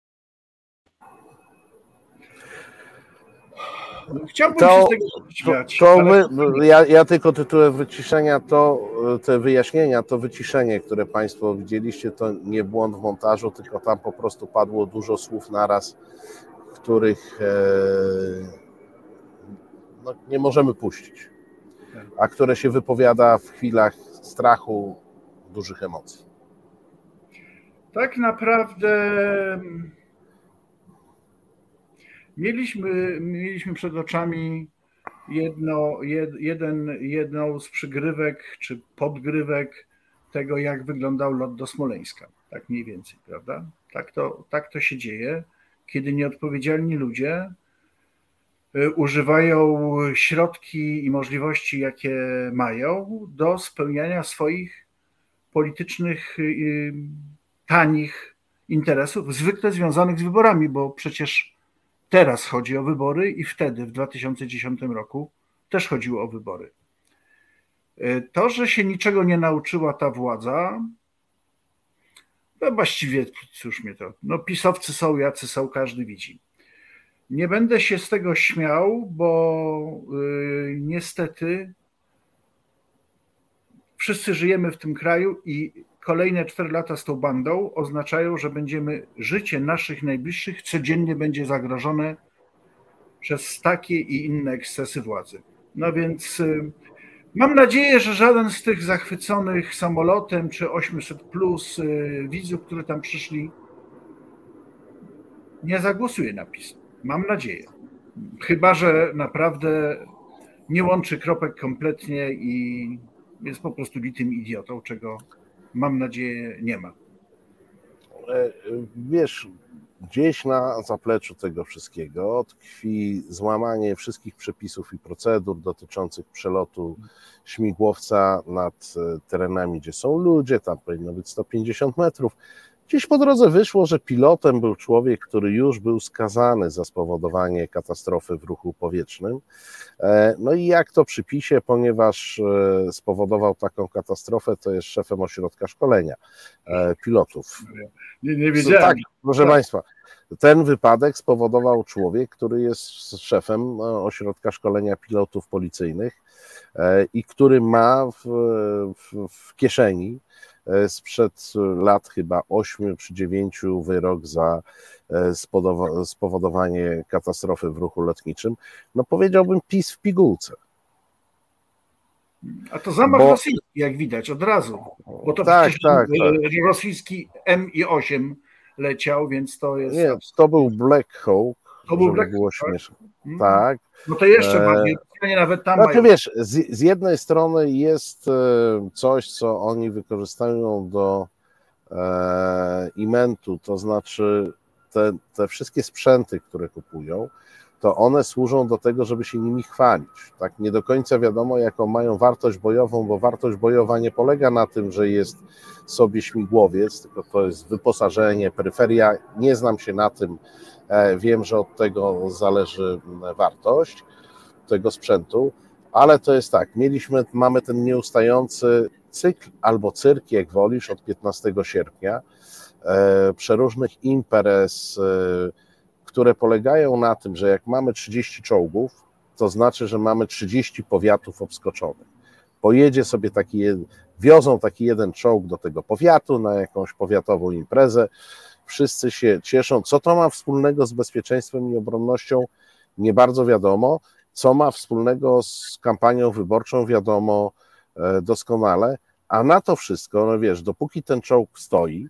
Chciałbym To, się z tego śmiać. to ale- my, ja, ja tylko tytułem wyciszenia, to te wyjaśnienia, to wyciszenie, które Państwo widzieliście, to nie błąd w montażu, tylko tam po prostu padło dużo słów naraz, których e, no, nie możemy puścić, a które się wypowiada w chwilach strachu, dużych emocji. Tak naprawdę mieliśmy, mieliśmy przed oczami jedno, jed, jeden, jedną z przygrywek czy podgrywek tego, jak wyglądał lot do Smoleńska. Tak mniej więcej, prawda? Tak to, tak to się dzieje, kiedy nieodpowiedzialni ludzie używają środki i możliwości, jakie mają do spełniania swoich politycznych, tanich interesów, zwykle związanych z wyborami, bo przecież teraz chodzi o wybory i wtedy w dwa tysiące dziesiątym roku też chodziło o wybory. To, że się niczego nie nauczyła ta władza, no właściwie, cóż mnie to, no pisowcy są jacy są, każdy widzi. Nie będę się z tego śmiał, bo yy, niestety wszyscy żyjemy w tym kraju i kolejne cztery lata z tą bandą oznaczają, że będziemy, życie naszych najbliższych codziennie będzie zagrożone przez takie i inne ekscesy władzy. No więc yy, mam nadzieję, że żaden z tych zachwyconych samolotem czy osiemset plus yy, widzów, które tam przyszli, nie zagłosuje na PiS. Mam nadzieję. Chyba że naprawdę nie łączy kropek kompletnie i jest po prostu litym idiotą, czego mam nadzieję nie ma. Wiesz, gdzieś na zapleczu tego wszystkiego tkwi złamanie wszystkich przepisów i procedur dotyczących przelotu śmigłowca nad terenami, gdzie są ludzie, tam powinno być sto pięćdziesiąt metrów. Gdzieś po drodze wyszło, że pilotem był człowiek, który już był skazany za spowodowanie katastrofy w ruchu powietrznym. No i jak to przy PiSie, ponieważ spowodował taką katastrofę, to jest szefem ośrodka szkolenia pilotów. Nie, nie wiedziałem. Tak, proszę tak. Państwa, ten wypadek spowodował człowiek, który jest szefem ośrodka szkolenia pilotów policyjnych i który ma w, w, w kieszeni sprzed lat chyba ośmiu czy dziewięciu wyrok za spowodowanie katastrofy w ruchu lotniczym. No powiedziałbym PiS w pigułce. A to zamach bo, rosyjski, jak widać, od razu. Bo to tak, przecież tak, tak. rosyjski M I osiem leciał, więc to jest... Nie, to był Black Hawk, to był żeby Black było Hawk, śmieszne. Hmm. Tak. No to jeszcze bardziej, e... nawet tam znaczy, mają... wiesz, z, z jednej strony jest coś, co oni wykorzystują do e, imentu, to znaczy te, te wszystkie sprzęty, które kupują, to one służą do tego, żeby się nimi chwalić. Tak nie do końca wiadomo, jaką mają wartość bojową, bo wartość bojowa nie polega na tym, że jest sobie śmigłowiec, tylko to jest wyposażenie, peryferia. Nie znam się na tym, wiem, że od tego zależy wartość tego sprzętu, ale to jest tak, mieliśmy, mamy ten nieustający cykl albo cyrk, jak wolisz, od piętnastego sierpnia, przeróżnych imprez, które polegają na tym, że jak mamy trzydzieści czołgów, to znaczy, że mamy trzydzieści powiatów obskoczonych. Pojedzie sobie taki, wiozą taki jeden czołg do tego powiatu na jakąś powiatową imprezę, wszyscy się cieszą. Co to ma wspólnego z bezpieczeństwem i obronnością? Nie bardzo wiadomo. Co ma wspólnego z kampanią wyborczą? Wiadomo doskonale. A na to wszystko, no wiesz, dopóki ten czołg stoi,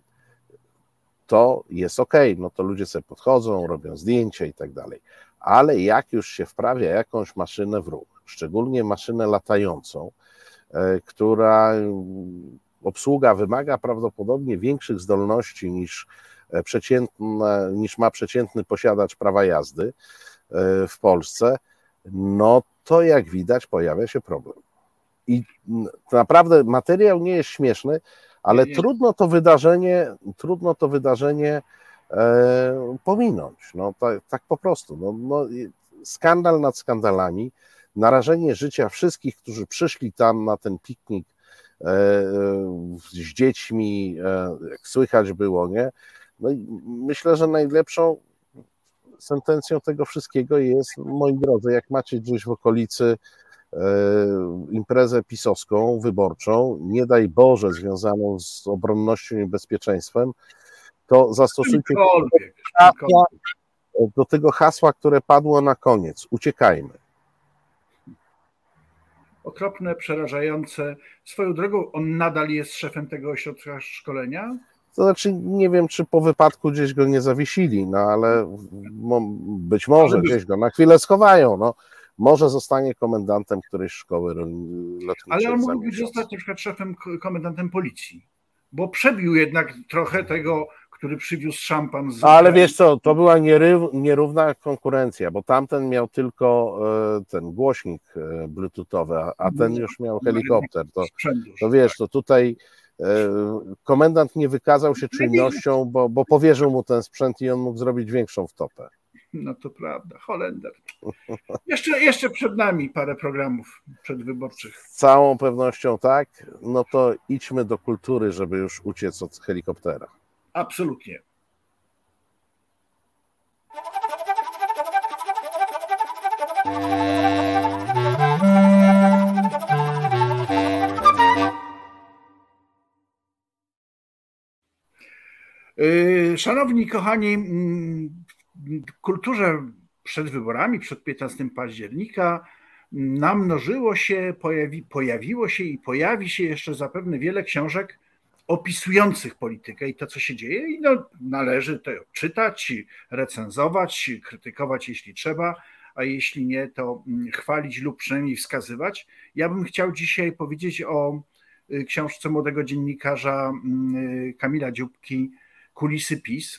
to jest okej, okay. No to ludzie sobie podchodzą, robią zdjęcia i tak dalej. Ale jak już się wprawia jakąś maszynę w ruch, szczególnie maszynę latającą, która obsługa wymaga prawdopodobnie większych zdolności niż, przeciętna, niż ma przeciętny posiadacz prawa jazdy w Polsce, no to jak widać pojawia się problem. I naprawdę materiał nie jest śmieszny, ale nie, nie. trudno to wydarzenie, trudno to wydarzenie e, pominąć. No, tak, tak po prostu. No, no, skandal nad skandalami, narażenie życia wszystkich, którzy przyszli tam na ten piknik e, z dziećmi, e, jak słychać było, nie? No i myślę, że najlepszą sentencją tego wszystkiego jest, moi drodzy, jak macie gdzieś w okolicy imprezę pisowską, wyborczą, nie daj Boże, związaną z obronnością i bezpieczeństwem, to zastosujcie do tego hasła, które padło na koniec. Uciekajmy. Okropne, przerażające. Swoją drogą, on nadal jest szefem tego ośrodka szkolenia? To znaczy, nie wiem, czy po wypadku gdzieś go nie zawiesili, no ale być może gdzieś go na chwilę schowają, no. Może zostanie komendantem którejś szkoły lotniczej. Ale on mógłby zostać na przykład szefem, komendantem policji, bo przebił jednak trochę tego, który przywiózł szampan z... Ale wiesz co, to była nierówna konkurencja, bo tamten miał tylko ten głośnik bluetoothowy, a ten już miał helikopter. To, to wiesz, to tutaj komendant nie wykazał się czujnością, bo, bo powierzył mu ten sprzęt i on mógł zrobić większą wtopę. No to prawda, Holender. Jeszcze, jeszcze przed nami parę programów przedwyborczych. Z całą pewnością tak. No to idźmy do kultury, żeby już uciec od helikoptera. Absolutnie. Szanowni, kochani, w kulturze przed wyborami, przed piętnastego października namnożyło się, pojawi, pojawiło się i pojawi się jeszcze zapewne wiele książek opisujących politykę i to, co się dzieje. I no, należy to czytać, recenzować, krytykować, jeśli trzeba, a jeśli nie, to chwalić lub przynajmniej wskazywać. Ja bym chciał dzisiaj powiedzieć o książce młodego dziennikarza Kamila Dzióbki Kulisy PiS.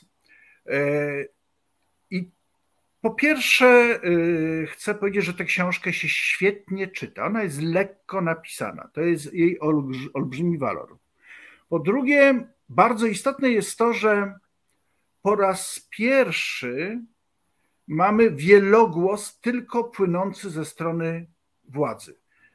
I po pierwsze chcę powiedzieć, że tę książkę się świetnie czyta. Ona jest lekko napisana. To jest jej olbrzymi walor. Po drugie, bardzo istotne jest to, że po raz pierwszy mamy wielogłos tylko płynący ze strony władzy.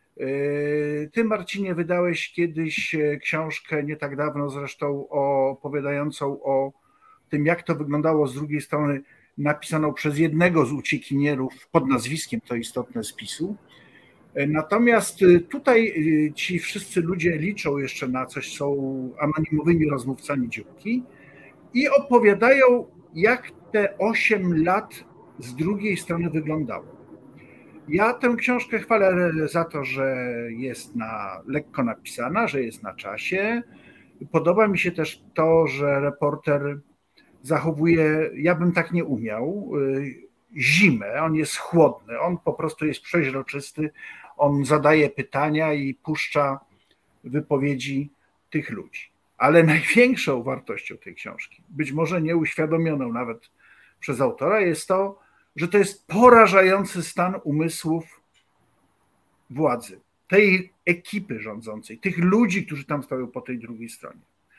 Ty, Marcinie, wydałeś kiedyś książkę, nie tak dawno zresztą, opowiadającą o tym, jak to wyglądało z drugiej strony, napisaną przez jednego z uciekinierów pod nazwiskiem, to istotne, spisu. Natomiast tutaj ci wszyscy ludzie liczą jeszcze na coś, są anonimowymi rozmówcami Dziupki i opowiadają, jak te osiem lat z drugiej strony wyglądało. Ja tę książkę chwalę za to, że jest na, lekko napisana, że jest na czasie. Podoba mi się też to, że reporter zachowuje, ja bym tak nie umiał, zimę, on jest chłodny, on po prostu jest przeźroczysty, on zadaje pytania i puszcza wypowiedzi tych ludzi. Ale największą wartością tej książki, być może nieuświadomioną nawet przez autora, jest to, że to jest porażający stan umysłów władzy, tej ekipy rządzącej, tych ludzi, którzy tam stoją po tej drugiej stronie.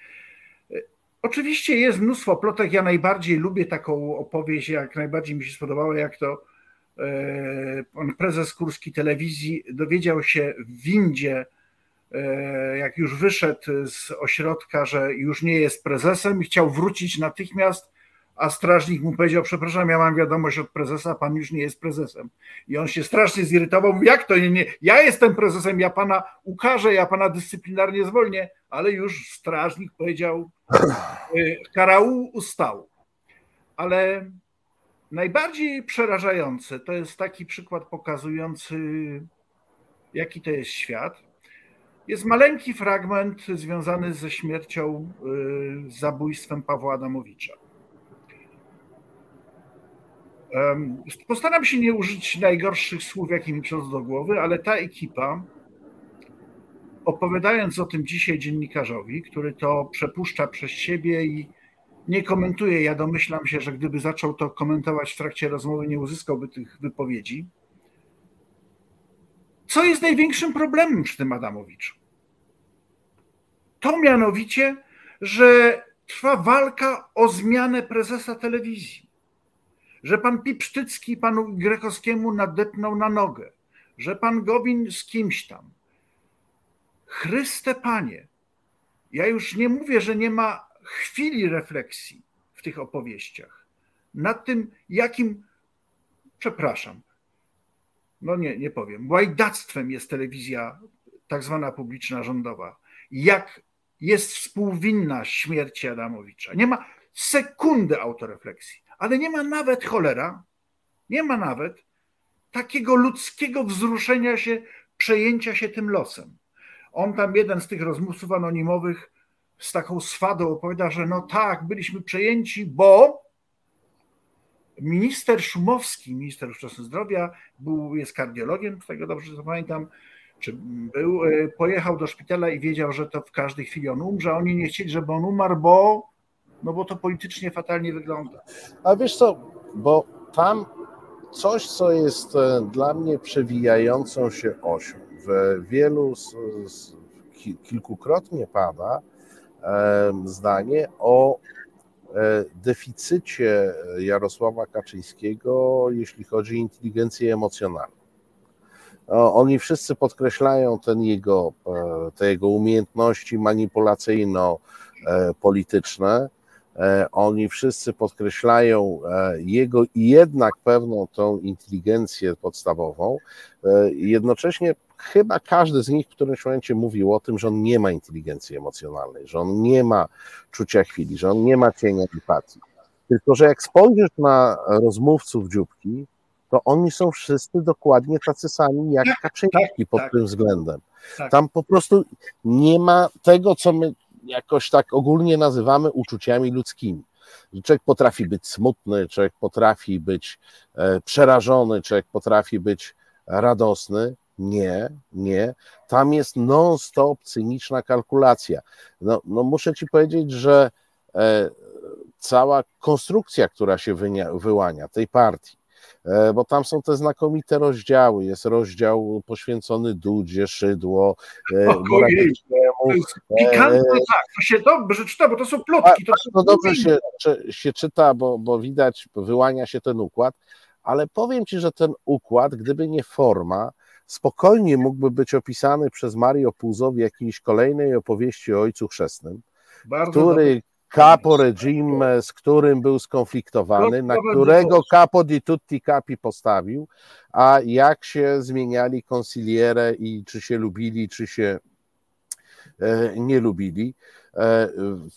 Oczywiście jest mnóstwo plotek, ja najbardziej lubię taką opowieść, jak najbardziej mi się spodobało, jak to pan prezes Kurski telewizji dowiedział się w windzie, jak już wyszedł z ośrodka, że już nie jest prezesem i chciał wrócić natychmiast, a strażnik mu powiedział: przepraszam, ja mam wiadomość od prezesa, pan już nie jest prezesem. I on się strasznie zirytował, mówi: jak to nie, nie, ja jestem prezesem, ja pana ukażę, ja pana dyscyplinarnie zwolnię, ale już strażnik powiedział: karału ustał. Ale najbardziej przerażające to jest taki przykład pokazujący, jaki to jest świat. Jest maleńki fragment związany ze śmiercią, z zabójstwem Pawła Adamowicza. Postaram się nie użyć najgorszych słów, jakie mi przychodzą do głowy, ale ta ekipa, opowiadając o tym dzisiaj dziennikarzowi, który to przepuszcza przez siebie i nie komentuje, ja domyślam się, że gdyby zaczął to komentować w trakcie rozmowy, nie uzyskałby tych wypowiedzi. Co jest największym problemem przy tym Adamowiczu? To mianowicie, że trwa walka o zmianę prezesa telewizji. Że pan Pipsztycki panu Grekowskiemu nadepnął na nogę, że pan Gowin z kimś tam. Chryste Panie, ja już nie mówię, że nie ma chwili refleksji w tych opowieściach nad tym, jakim, przepraszam, no nie, nie powiem, łajdactwem jest telewizja tak zwana publiczna, rządowa. Jak jest współwinna śmierci Adamowicza. Nie ma sekundy autorefleksji. Ale nie ma nawet, cholera, nie ma nawet takiego ludzkiego wzruszenia się, przejęcia się tym losem. On tam, jeden z tych rozmówców anonimowych, z taką swadą opowiada, że no tak, byliśmy przejęci, bo minister Szumowski, minister ówczesny zdrowia, był, jest kardiologiem, z tego dobrze pamiętam, czy był, pojechał do szpitala i wiedział, że to w każdej chwili on umrze, a oni nie chcieli, żeby on umarł, bo no bo to politycznie fatalnie wygląda. A wiesz co, bo tam coś, co jest dla mnie przewijającą się osią. W wielu, z, z, kilkukrotnie pada e, zdanie o e, deficycie Jarosława Kaczyńskiego, jeśli chodzi o inteligencję emocjonalną. O, oni wszyscy podkreślają ten jego, e, te jego umiejętności manipulacyjno-polityczne. Oni wszyscy podkreślają jego i jednak pewną tą inteligencję podstawową. Jednocześnie chyba każdy z nich w którymś momencie mówił o tym, że on nie ma inteligencji emocjonalnej, że on nie ma czucia chwili, że on nie ma cienia empatii. Tylko że jak spojrzysz na rozmówców Dziupki, to oni są wszyscy dokładnie tacy sami jak Kaczyński pod tym względem. Tam po prostu nie ma tego, co my jakoś tak ogólnie nazywamy uczuciami ludzkimi. Człowiek potrafi być smutny, człowiek potrafi być przerażony, człowiek potrafi być radosny. Nie, nie. Tam jest non-stop cyniczna kalkulacja. No, no muszę ci powiedzieć, że cała konstrukcja, która się wyłania tej partii, bo tam są te znakomite rozdziały. Jest rozdział poświęcony Dudzie, Szydło, Morawieckiemu. Pikantne, tak, to się dobrze czyta, bo to są plotki. To, to dobrze się, się czyta, bo, bo widać, wyłania się ten układ, ale powiem ci, że ten układ, gdyby nie forma, spokojnie mógłby być opisany przez Mario Puzo w jakiejś kolejnej opowieści o Ojcu Chrzestnym, Bardzo który dobry. Capo regime, z którym był skonfliktowany, na którego capo di tutti capi postawił, a jak się zmieniali consigliere i czy się lubili, czy się e, nie lubili. E,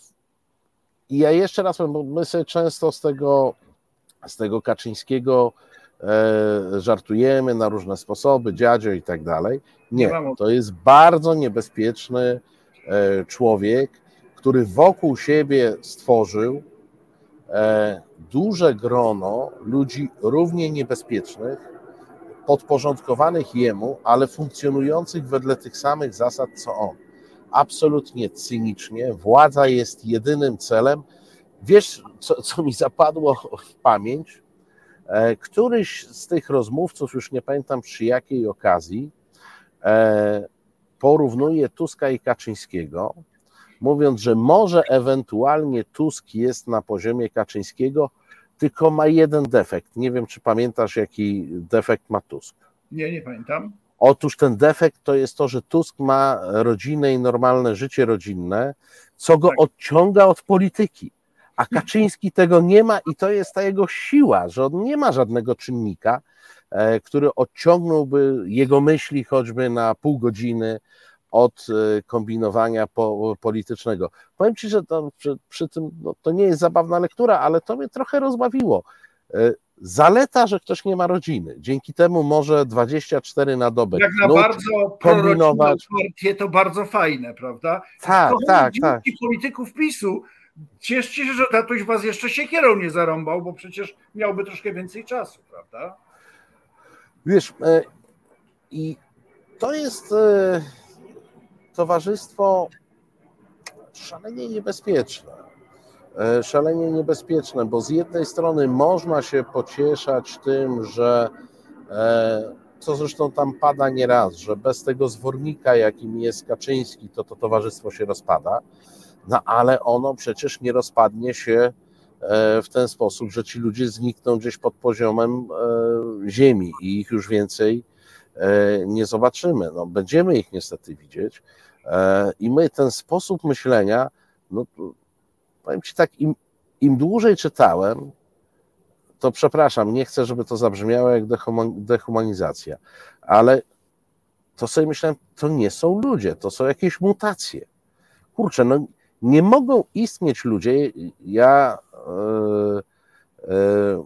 I ja jeszcze raz powiem, bo my sobie często z tego, z tego Kaczyńskiego e, żartujemy na różne sposoby, dziadzio i tak dalej. Nie, to jest bardzo niebezpieczny e, człowiek, który wokół siebie stworzył e, duże grono ludzi równie niebezpiecznych, podporządkowanych jemu, ale funkcjonujących wedle tych samych zasad co on. Absolutnie cynicznie, władza jest jedynym celem. Wiesz, co, co mi zapadło w pamięć? E, któryś z tych rozmówców, już nie pamiętam przy jakiej okazji, e, porównuje Tuska i Kaczyńskiego, mówiąc, że może ewentualnie Tusk jest na poziomie Kaczyńskiego, tylko ma jeden defekt. Nie wiem, czy pamiętasz, jaki defekt ma Tusk. Nie, nie pamiętam. Otóż ten defekt to jest to, że Tusk ma rodzinę i normalne życie rodzinne, co go tak. odciąga od polityki. A Kaczyński tego nie ma i to jest ta jego siła, że on nie ma żadnego czynnika, który odciągnąłby jego myśli choćby na pół godziny od kombinowania po, politycznego. Powiem ci, że to, przy, przy tym no, to nie jest zabawna lektura, ale to mnie trochę rozbawiło. Zaleta, że ktoś nie ma rodziny. Dzięki temu może dwadzieścia cztery na dobę. Jak na bardzo kombinować. Partię to bardzo fajne, prawda? Tak, to tak, tak. Polityków PiSu, cieszcie się, że tatuś was jeszcze siekierą nie zarąbał, bo przecież miałby troszkę więcej czasu, prawda? Wiesz, i to jest towarzystwo szalenie niebezpieczne. Szalenie niebezpieczne, bo z jednej strony można się pocieszać tym, że co zresztą tam pada nieraz, że bez tego zwornika, jakim jest Kaczyński, to to towarzystwo się rozpada, no ale ono przecież nie rozpadnie się w ten sposób, że ci ludzie znikną gdzieś pod poziomem ziemi i ich już więcej nie zobaczymy. No, będziemy ich niestety widzieć i my ten sposób myślenia, no powiem ci tak, im, im dłużej czytałem, to przepraszam, nie chcę, żeby to zabrzmiało jak dehumanizacja, ale to sobie myślałem, to nie są ludzie, to są jakieś mutacje. Kurczę, no nie mogą istnieć ludzie, ja yy, yy,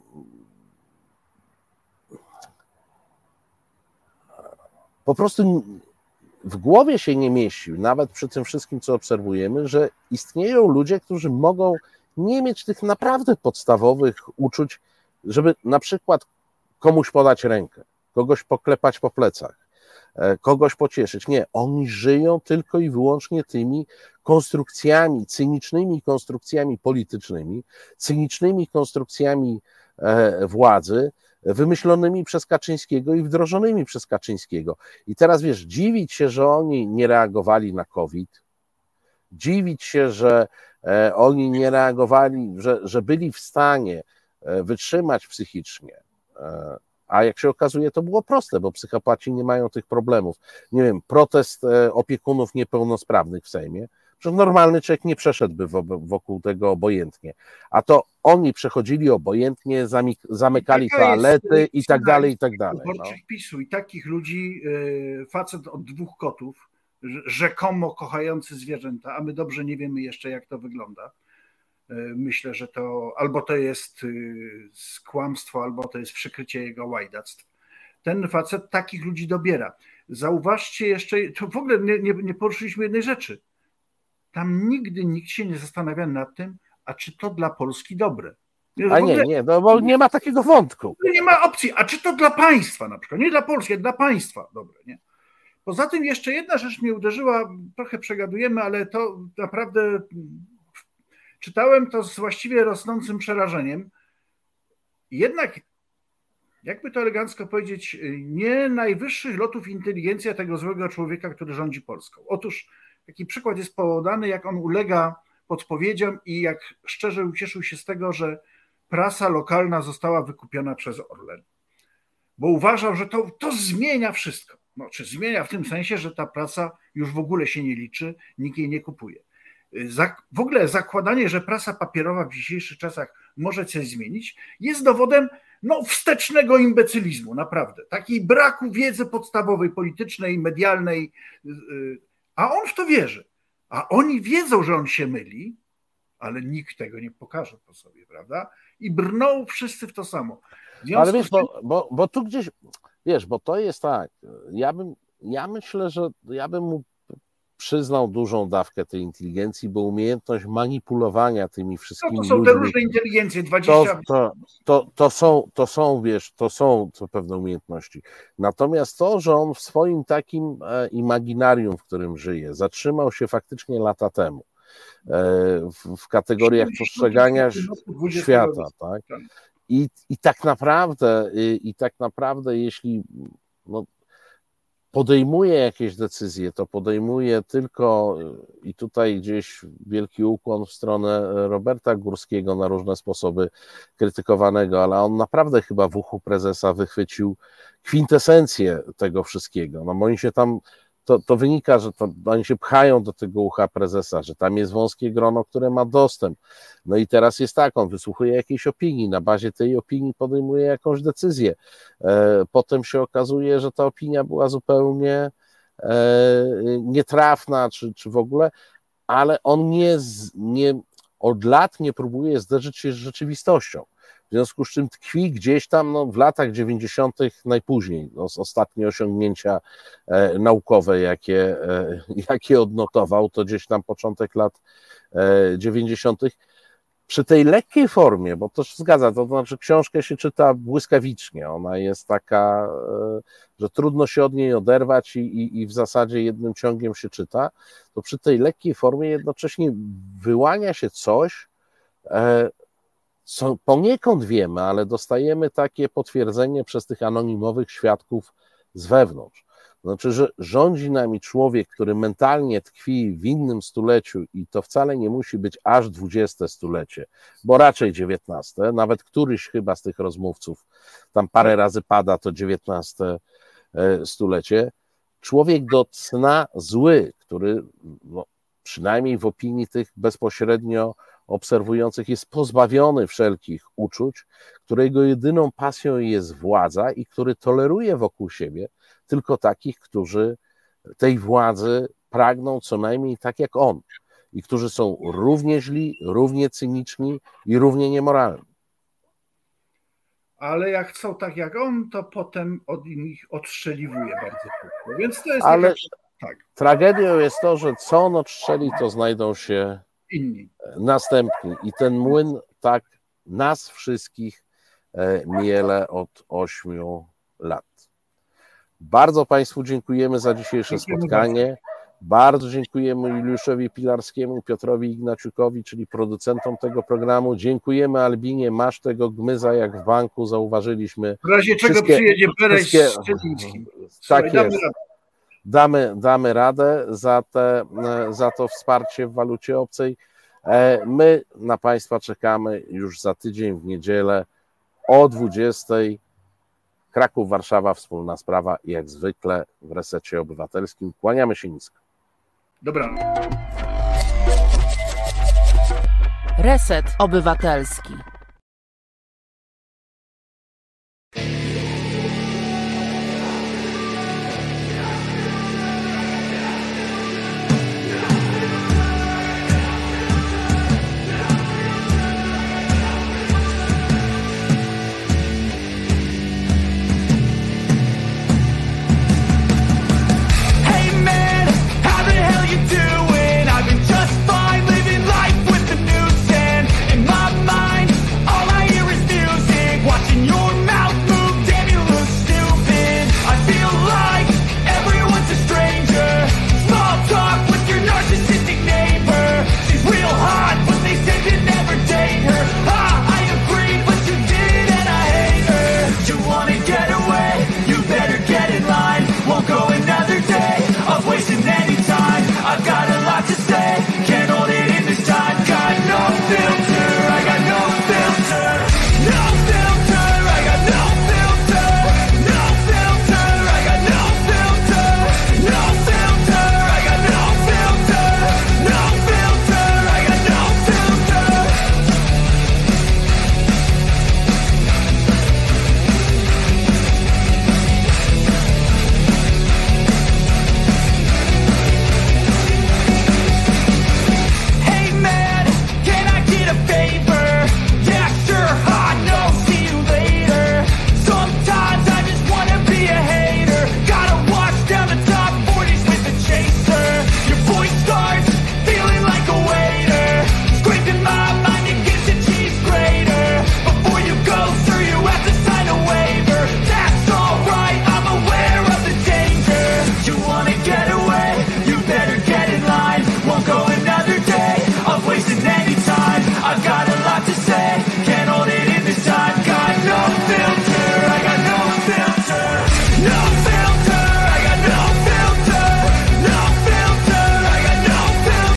po prostu w głowie się nie mieścił, nawet przy tym wszystkim, co obserwujemy, że istnieją ludzie, którzy mogą nie mieć tych naprawdę podstawowych uczuć, żeby na przykład komuś podać rękę, kogoś poklepać po plecach, kogoś pocieszyć. Nie, oni żyją tylko i wyłącznie tymi konstrukcjami, cynicznymi konstrukcjami politycznymi, cynicznymi konstrukcjami władzy, wymyślonymi przez Kaczyńskiego i wdrożonymi przez Kaczyńskiego. I teraz wiesz, dziwić się, że oni nie reagowali na COVID, dziwić się, że oni nie reagowali, że, że byli w stanie wytrzymać psychicznie, a jak się okazuje, to było proste, bo psychopaci nie mają tych problemów. Nie wiem, protest opiekunów niepełnosprawnych w Sejmie, że normalny człowiek nie przeszedłby wokół tego obojętnie. A to oni przechodzili obojętnie, zamykali toalety i tak dalej, i tak dalej. No. PiSu i takich ludzi, facet od dwóch kotów, rzekomo kochający zwierzęta, a my dobrze nie wiemy jeszcze, jak to wygląda. Myślę, że to albo to jest kłamstwo, albo to jest przykrycie jego łajdactw. Ten facet takich ludzi dobiera. Zauważcie jeszcze, to w ogóle nie, nie, nie poruszyliśmy jednej rzeczy. Tam nigdy nikt się nie zastanawia nad tym, a czy to dla Polski dobre. A nie, nie, no bo nie ma takiego wątku. Nie ma opcji, a czy to dla państwa na przykład, nie dla Polski, ale dla państwa dobre, nie? Poza tym jeszcze jedna rzecz mnie uderzyła, trochę przegadujemy, ale to naprawdę czytałem to z właściwie rosnącym przerażeniem. Jednak jakby to elegancko powiedzieć, nie najwyższych lotów inteligencja tego złego człowieka, który rządzi Polską. Otóż taki przykład jest podany, jak on ulega podpowiedziom i jak szczerze ucieszył się z tego, że prasa lokalna została wykupiona przez Orlen. Bo uważał, że to, to zmienia wszystko. No, czy zmienia w tym sensie, że ta prasa już w ogóle się nie liczy, nikt jej nie kupuje. W ogóle zakładanie, że prasa papierowa w dzisiejszych czasach może coś zmienić, jest dowodem no, wstecznego imbecylizmu, naprawdę. Takiej braku wiedzy podstawowej, politycznej, medialnej, a on w to wierzy. A oni wiedzą, że on się myli, ale nikt tego nie pokaże po sobie, prawda? I brną wszyscy w to samo. W ale wiesz, bo, bo, bo tu gdzieś, wiesz, bo to jest tak, ja bym, ja myślę, że ja bym mu przyznał dużą dawkę tej inteligencji, bo umiejętność manipulowania tymi wszystkimi no to są ludźmi, te różne inteligencje, dwadzieścia... To, to, to, to, są, to są, wiesz, to są to pewne umiejętności. Natomiast to, że on w swoim takim e, imaginarium, w którym żyje, zatrzymał się faktycznie lata temu, e, w, w kategoriach postrzegania świata, tak? I, i tak naprawdę, i, i tak naprawdę, jeśli no, podejmuje jakieś decyzje, to podejmuje tylko, i tutaj gdzieś wielki ukłon w stronę Roberta Górskiego, na różne sposoby krytykowanego, ale on naprawdę chyba w uchu prezesa wychwycił kwintesencję tego wszystkiego. No bo oni się tam, to, to wynika, że to, oni się pchają do tego ucha prezesa, że tam jest wąskie grono, które ma dostęp. No i teraz jest tak, on wysłuchuje jakiejś opinii, na bazie tej opinii podejmuje jakąś decyzję. Potem się okazuje, że ta opinia była zupełnie nietrafna, czy, czy w ogóle, ale on nie, nie, od lat nie próbuje zderzyć się z rzeczywistością. W związku z czym tkwi gdzieś tam no, w latach dziewięćdziesiątych najpóźniej, no, ostatnie osiągnięcia e, naukowe, jakie, e, jakie odnotował, to gdzieś tam początek lat e, dziewięćdziesiątych. Przy tej lekkiej formie, bo to się zgadza, to znaczy książkę się czyta błyskawicznie, ona jest taka, e, że trudno się od niej oderwać i, i, i w zasadzie jednym ciągiem się czyta, to przy tej lekkiej formie jednocześnie wyłania się coś, e, co poniekąd wiemy, ale dostajemy takie potwierdzenie przez tych anonimowych świadków z wewnątrz. Znaczy, że rządzi nami człowiek, który mentalnie tkwi w innym stuleciu i to wcale nie musi być aż dwudzieste stulecie, bo raczej dziewiętnaste, nawet któryś chyba z tych rozmówców tam parę razy pada to dziewiętnaste stulecie. Człowiek do cna zły, który no, przynajmniej w opinii tych bezpośrednio obserwujących jest pozbawiony wszelkich uczuć, którego jedyną pasją jest władza i który toleruje wokół siebie tylko takich, którzy tej władzy pragną co najmniej tak jak on i którzy są równie źli, równie cyniczni i równie niemoralni. Ale jak chcą tak jak on, to potem od nich odstrzeliwuje bardzo szybko. Więc to jest Ale taka... tak. Tragedią jest to, że co on odstrzeli, to znajdą się inni następni. I ten młyn tak nas wszystkich miele od ośmiu lat. Bardzo Państwu dziękujemy za dzisiejsze Dziękujemy spotkanie. bardzo. Bardzo dziękujemy Juliuszowi Pilarskiemu, Piotrowi Ignaciukowi, czyli producentom tego programu. Dziękujemy Albinie, masz tego gmyza jak w banku, zauważyliśmy. W razie czego Wszystkie- przyjedzie Bereś wszystkie- z Szczelińskim. Tak Słuchaj, damy jest. radę. Damy, damy radę za, te, za to wsparcie w walucie obcej. E, My na Państwa czekamy już za tydzień w niedzielę o dwudziestej. Kraków, Warszawa, wspólna sprawa, jak zwykle w Resecie Obywatelskim. Kłaniamy się nisko. Dobranoc. Reset Obywatelski.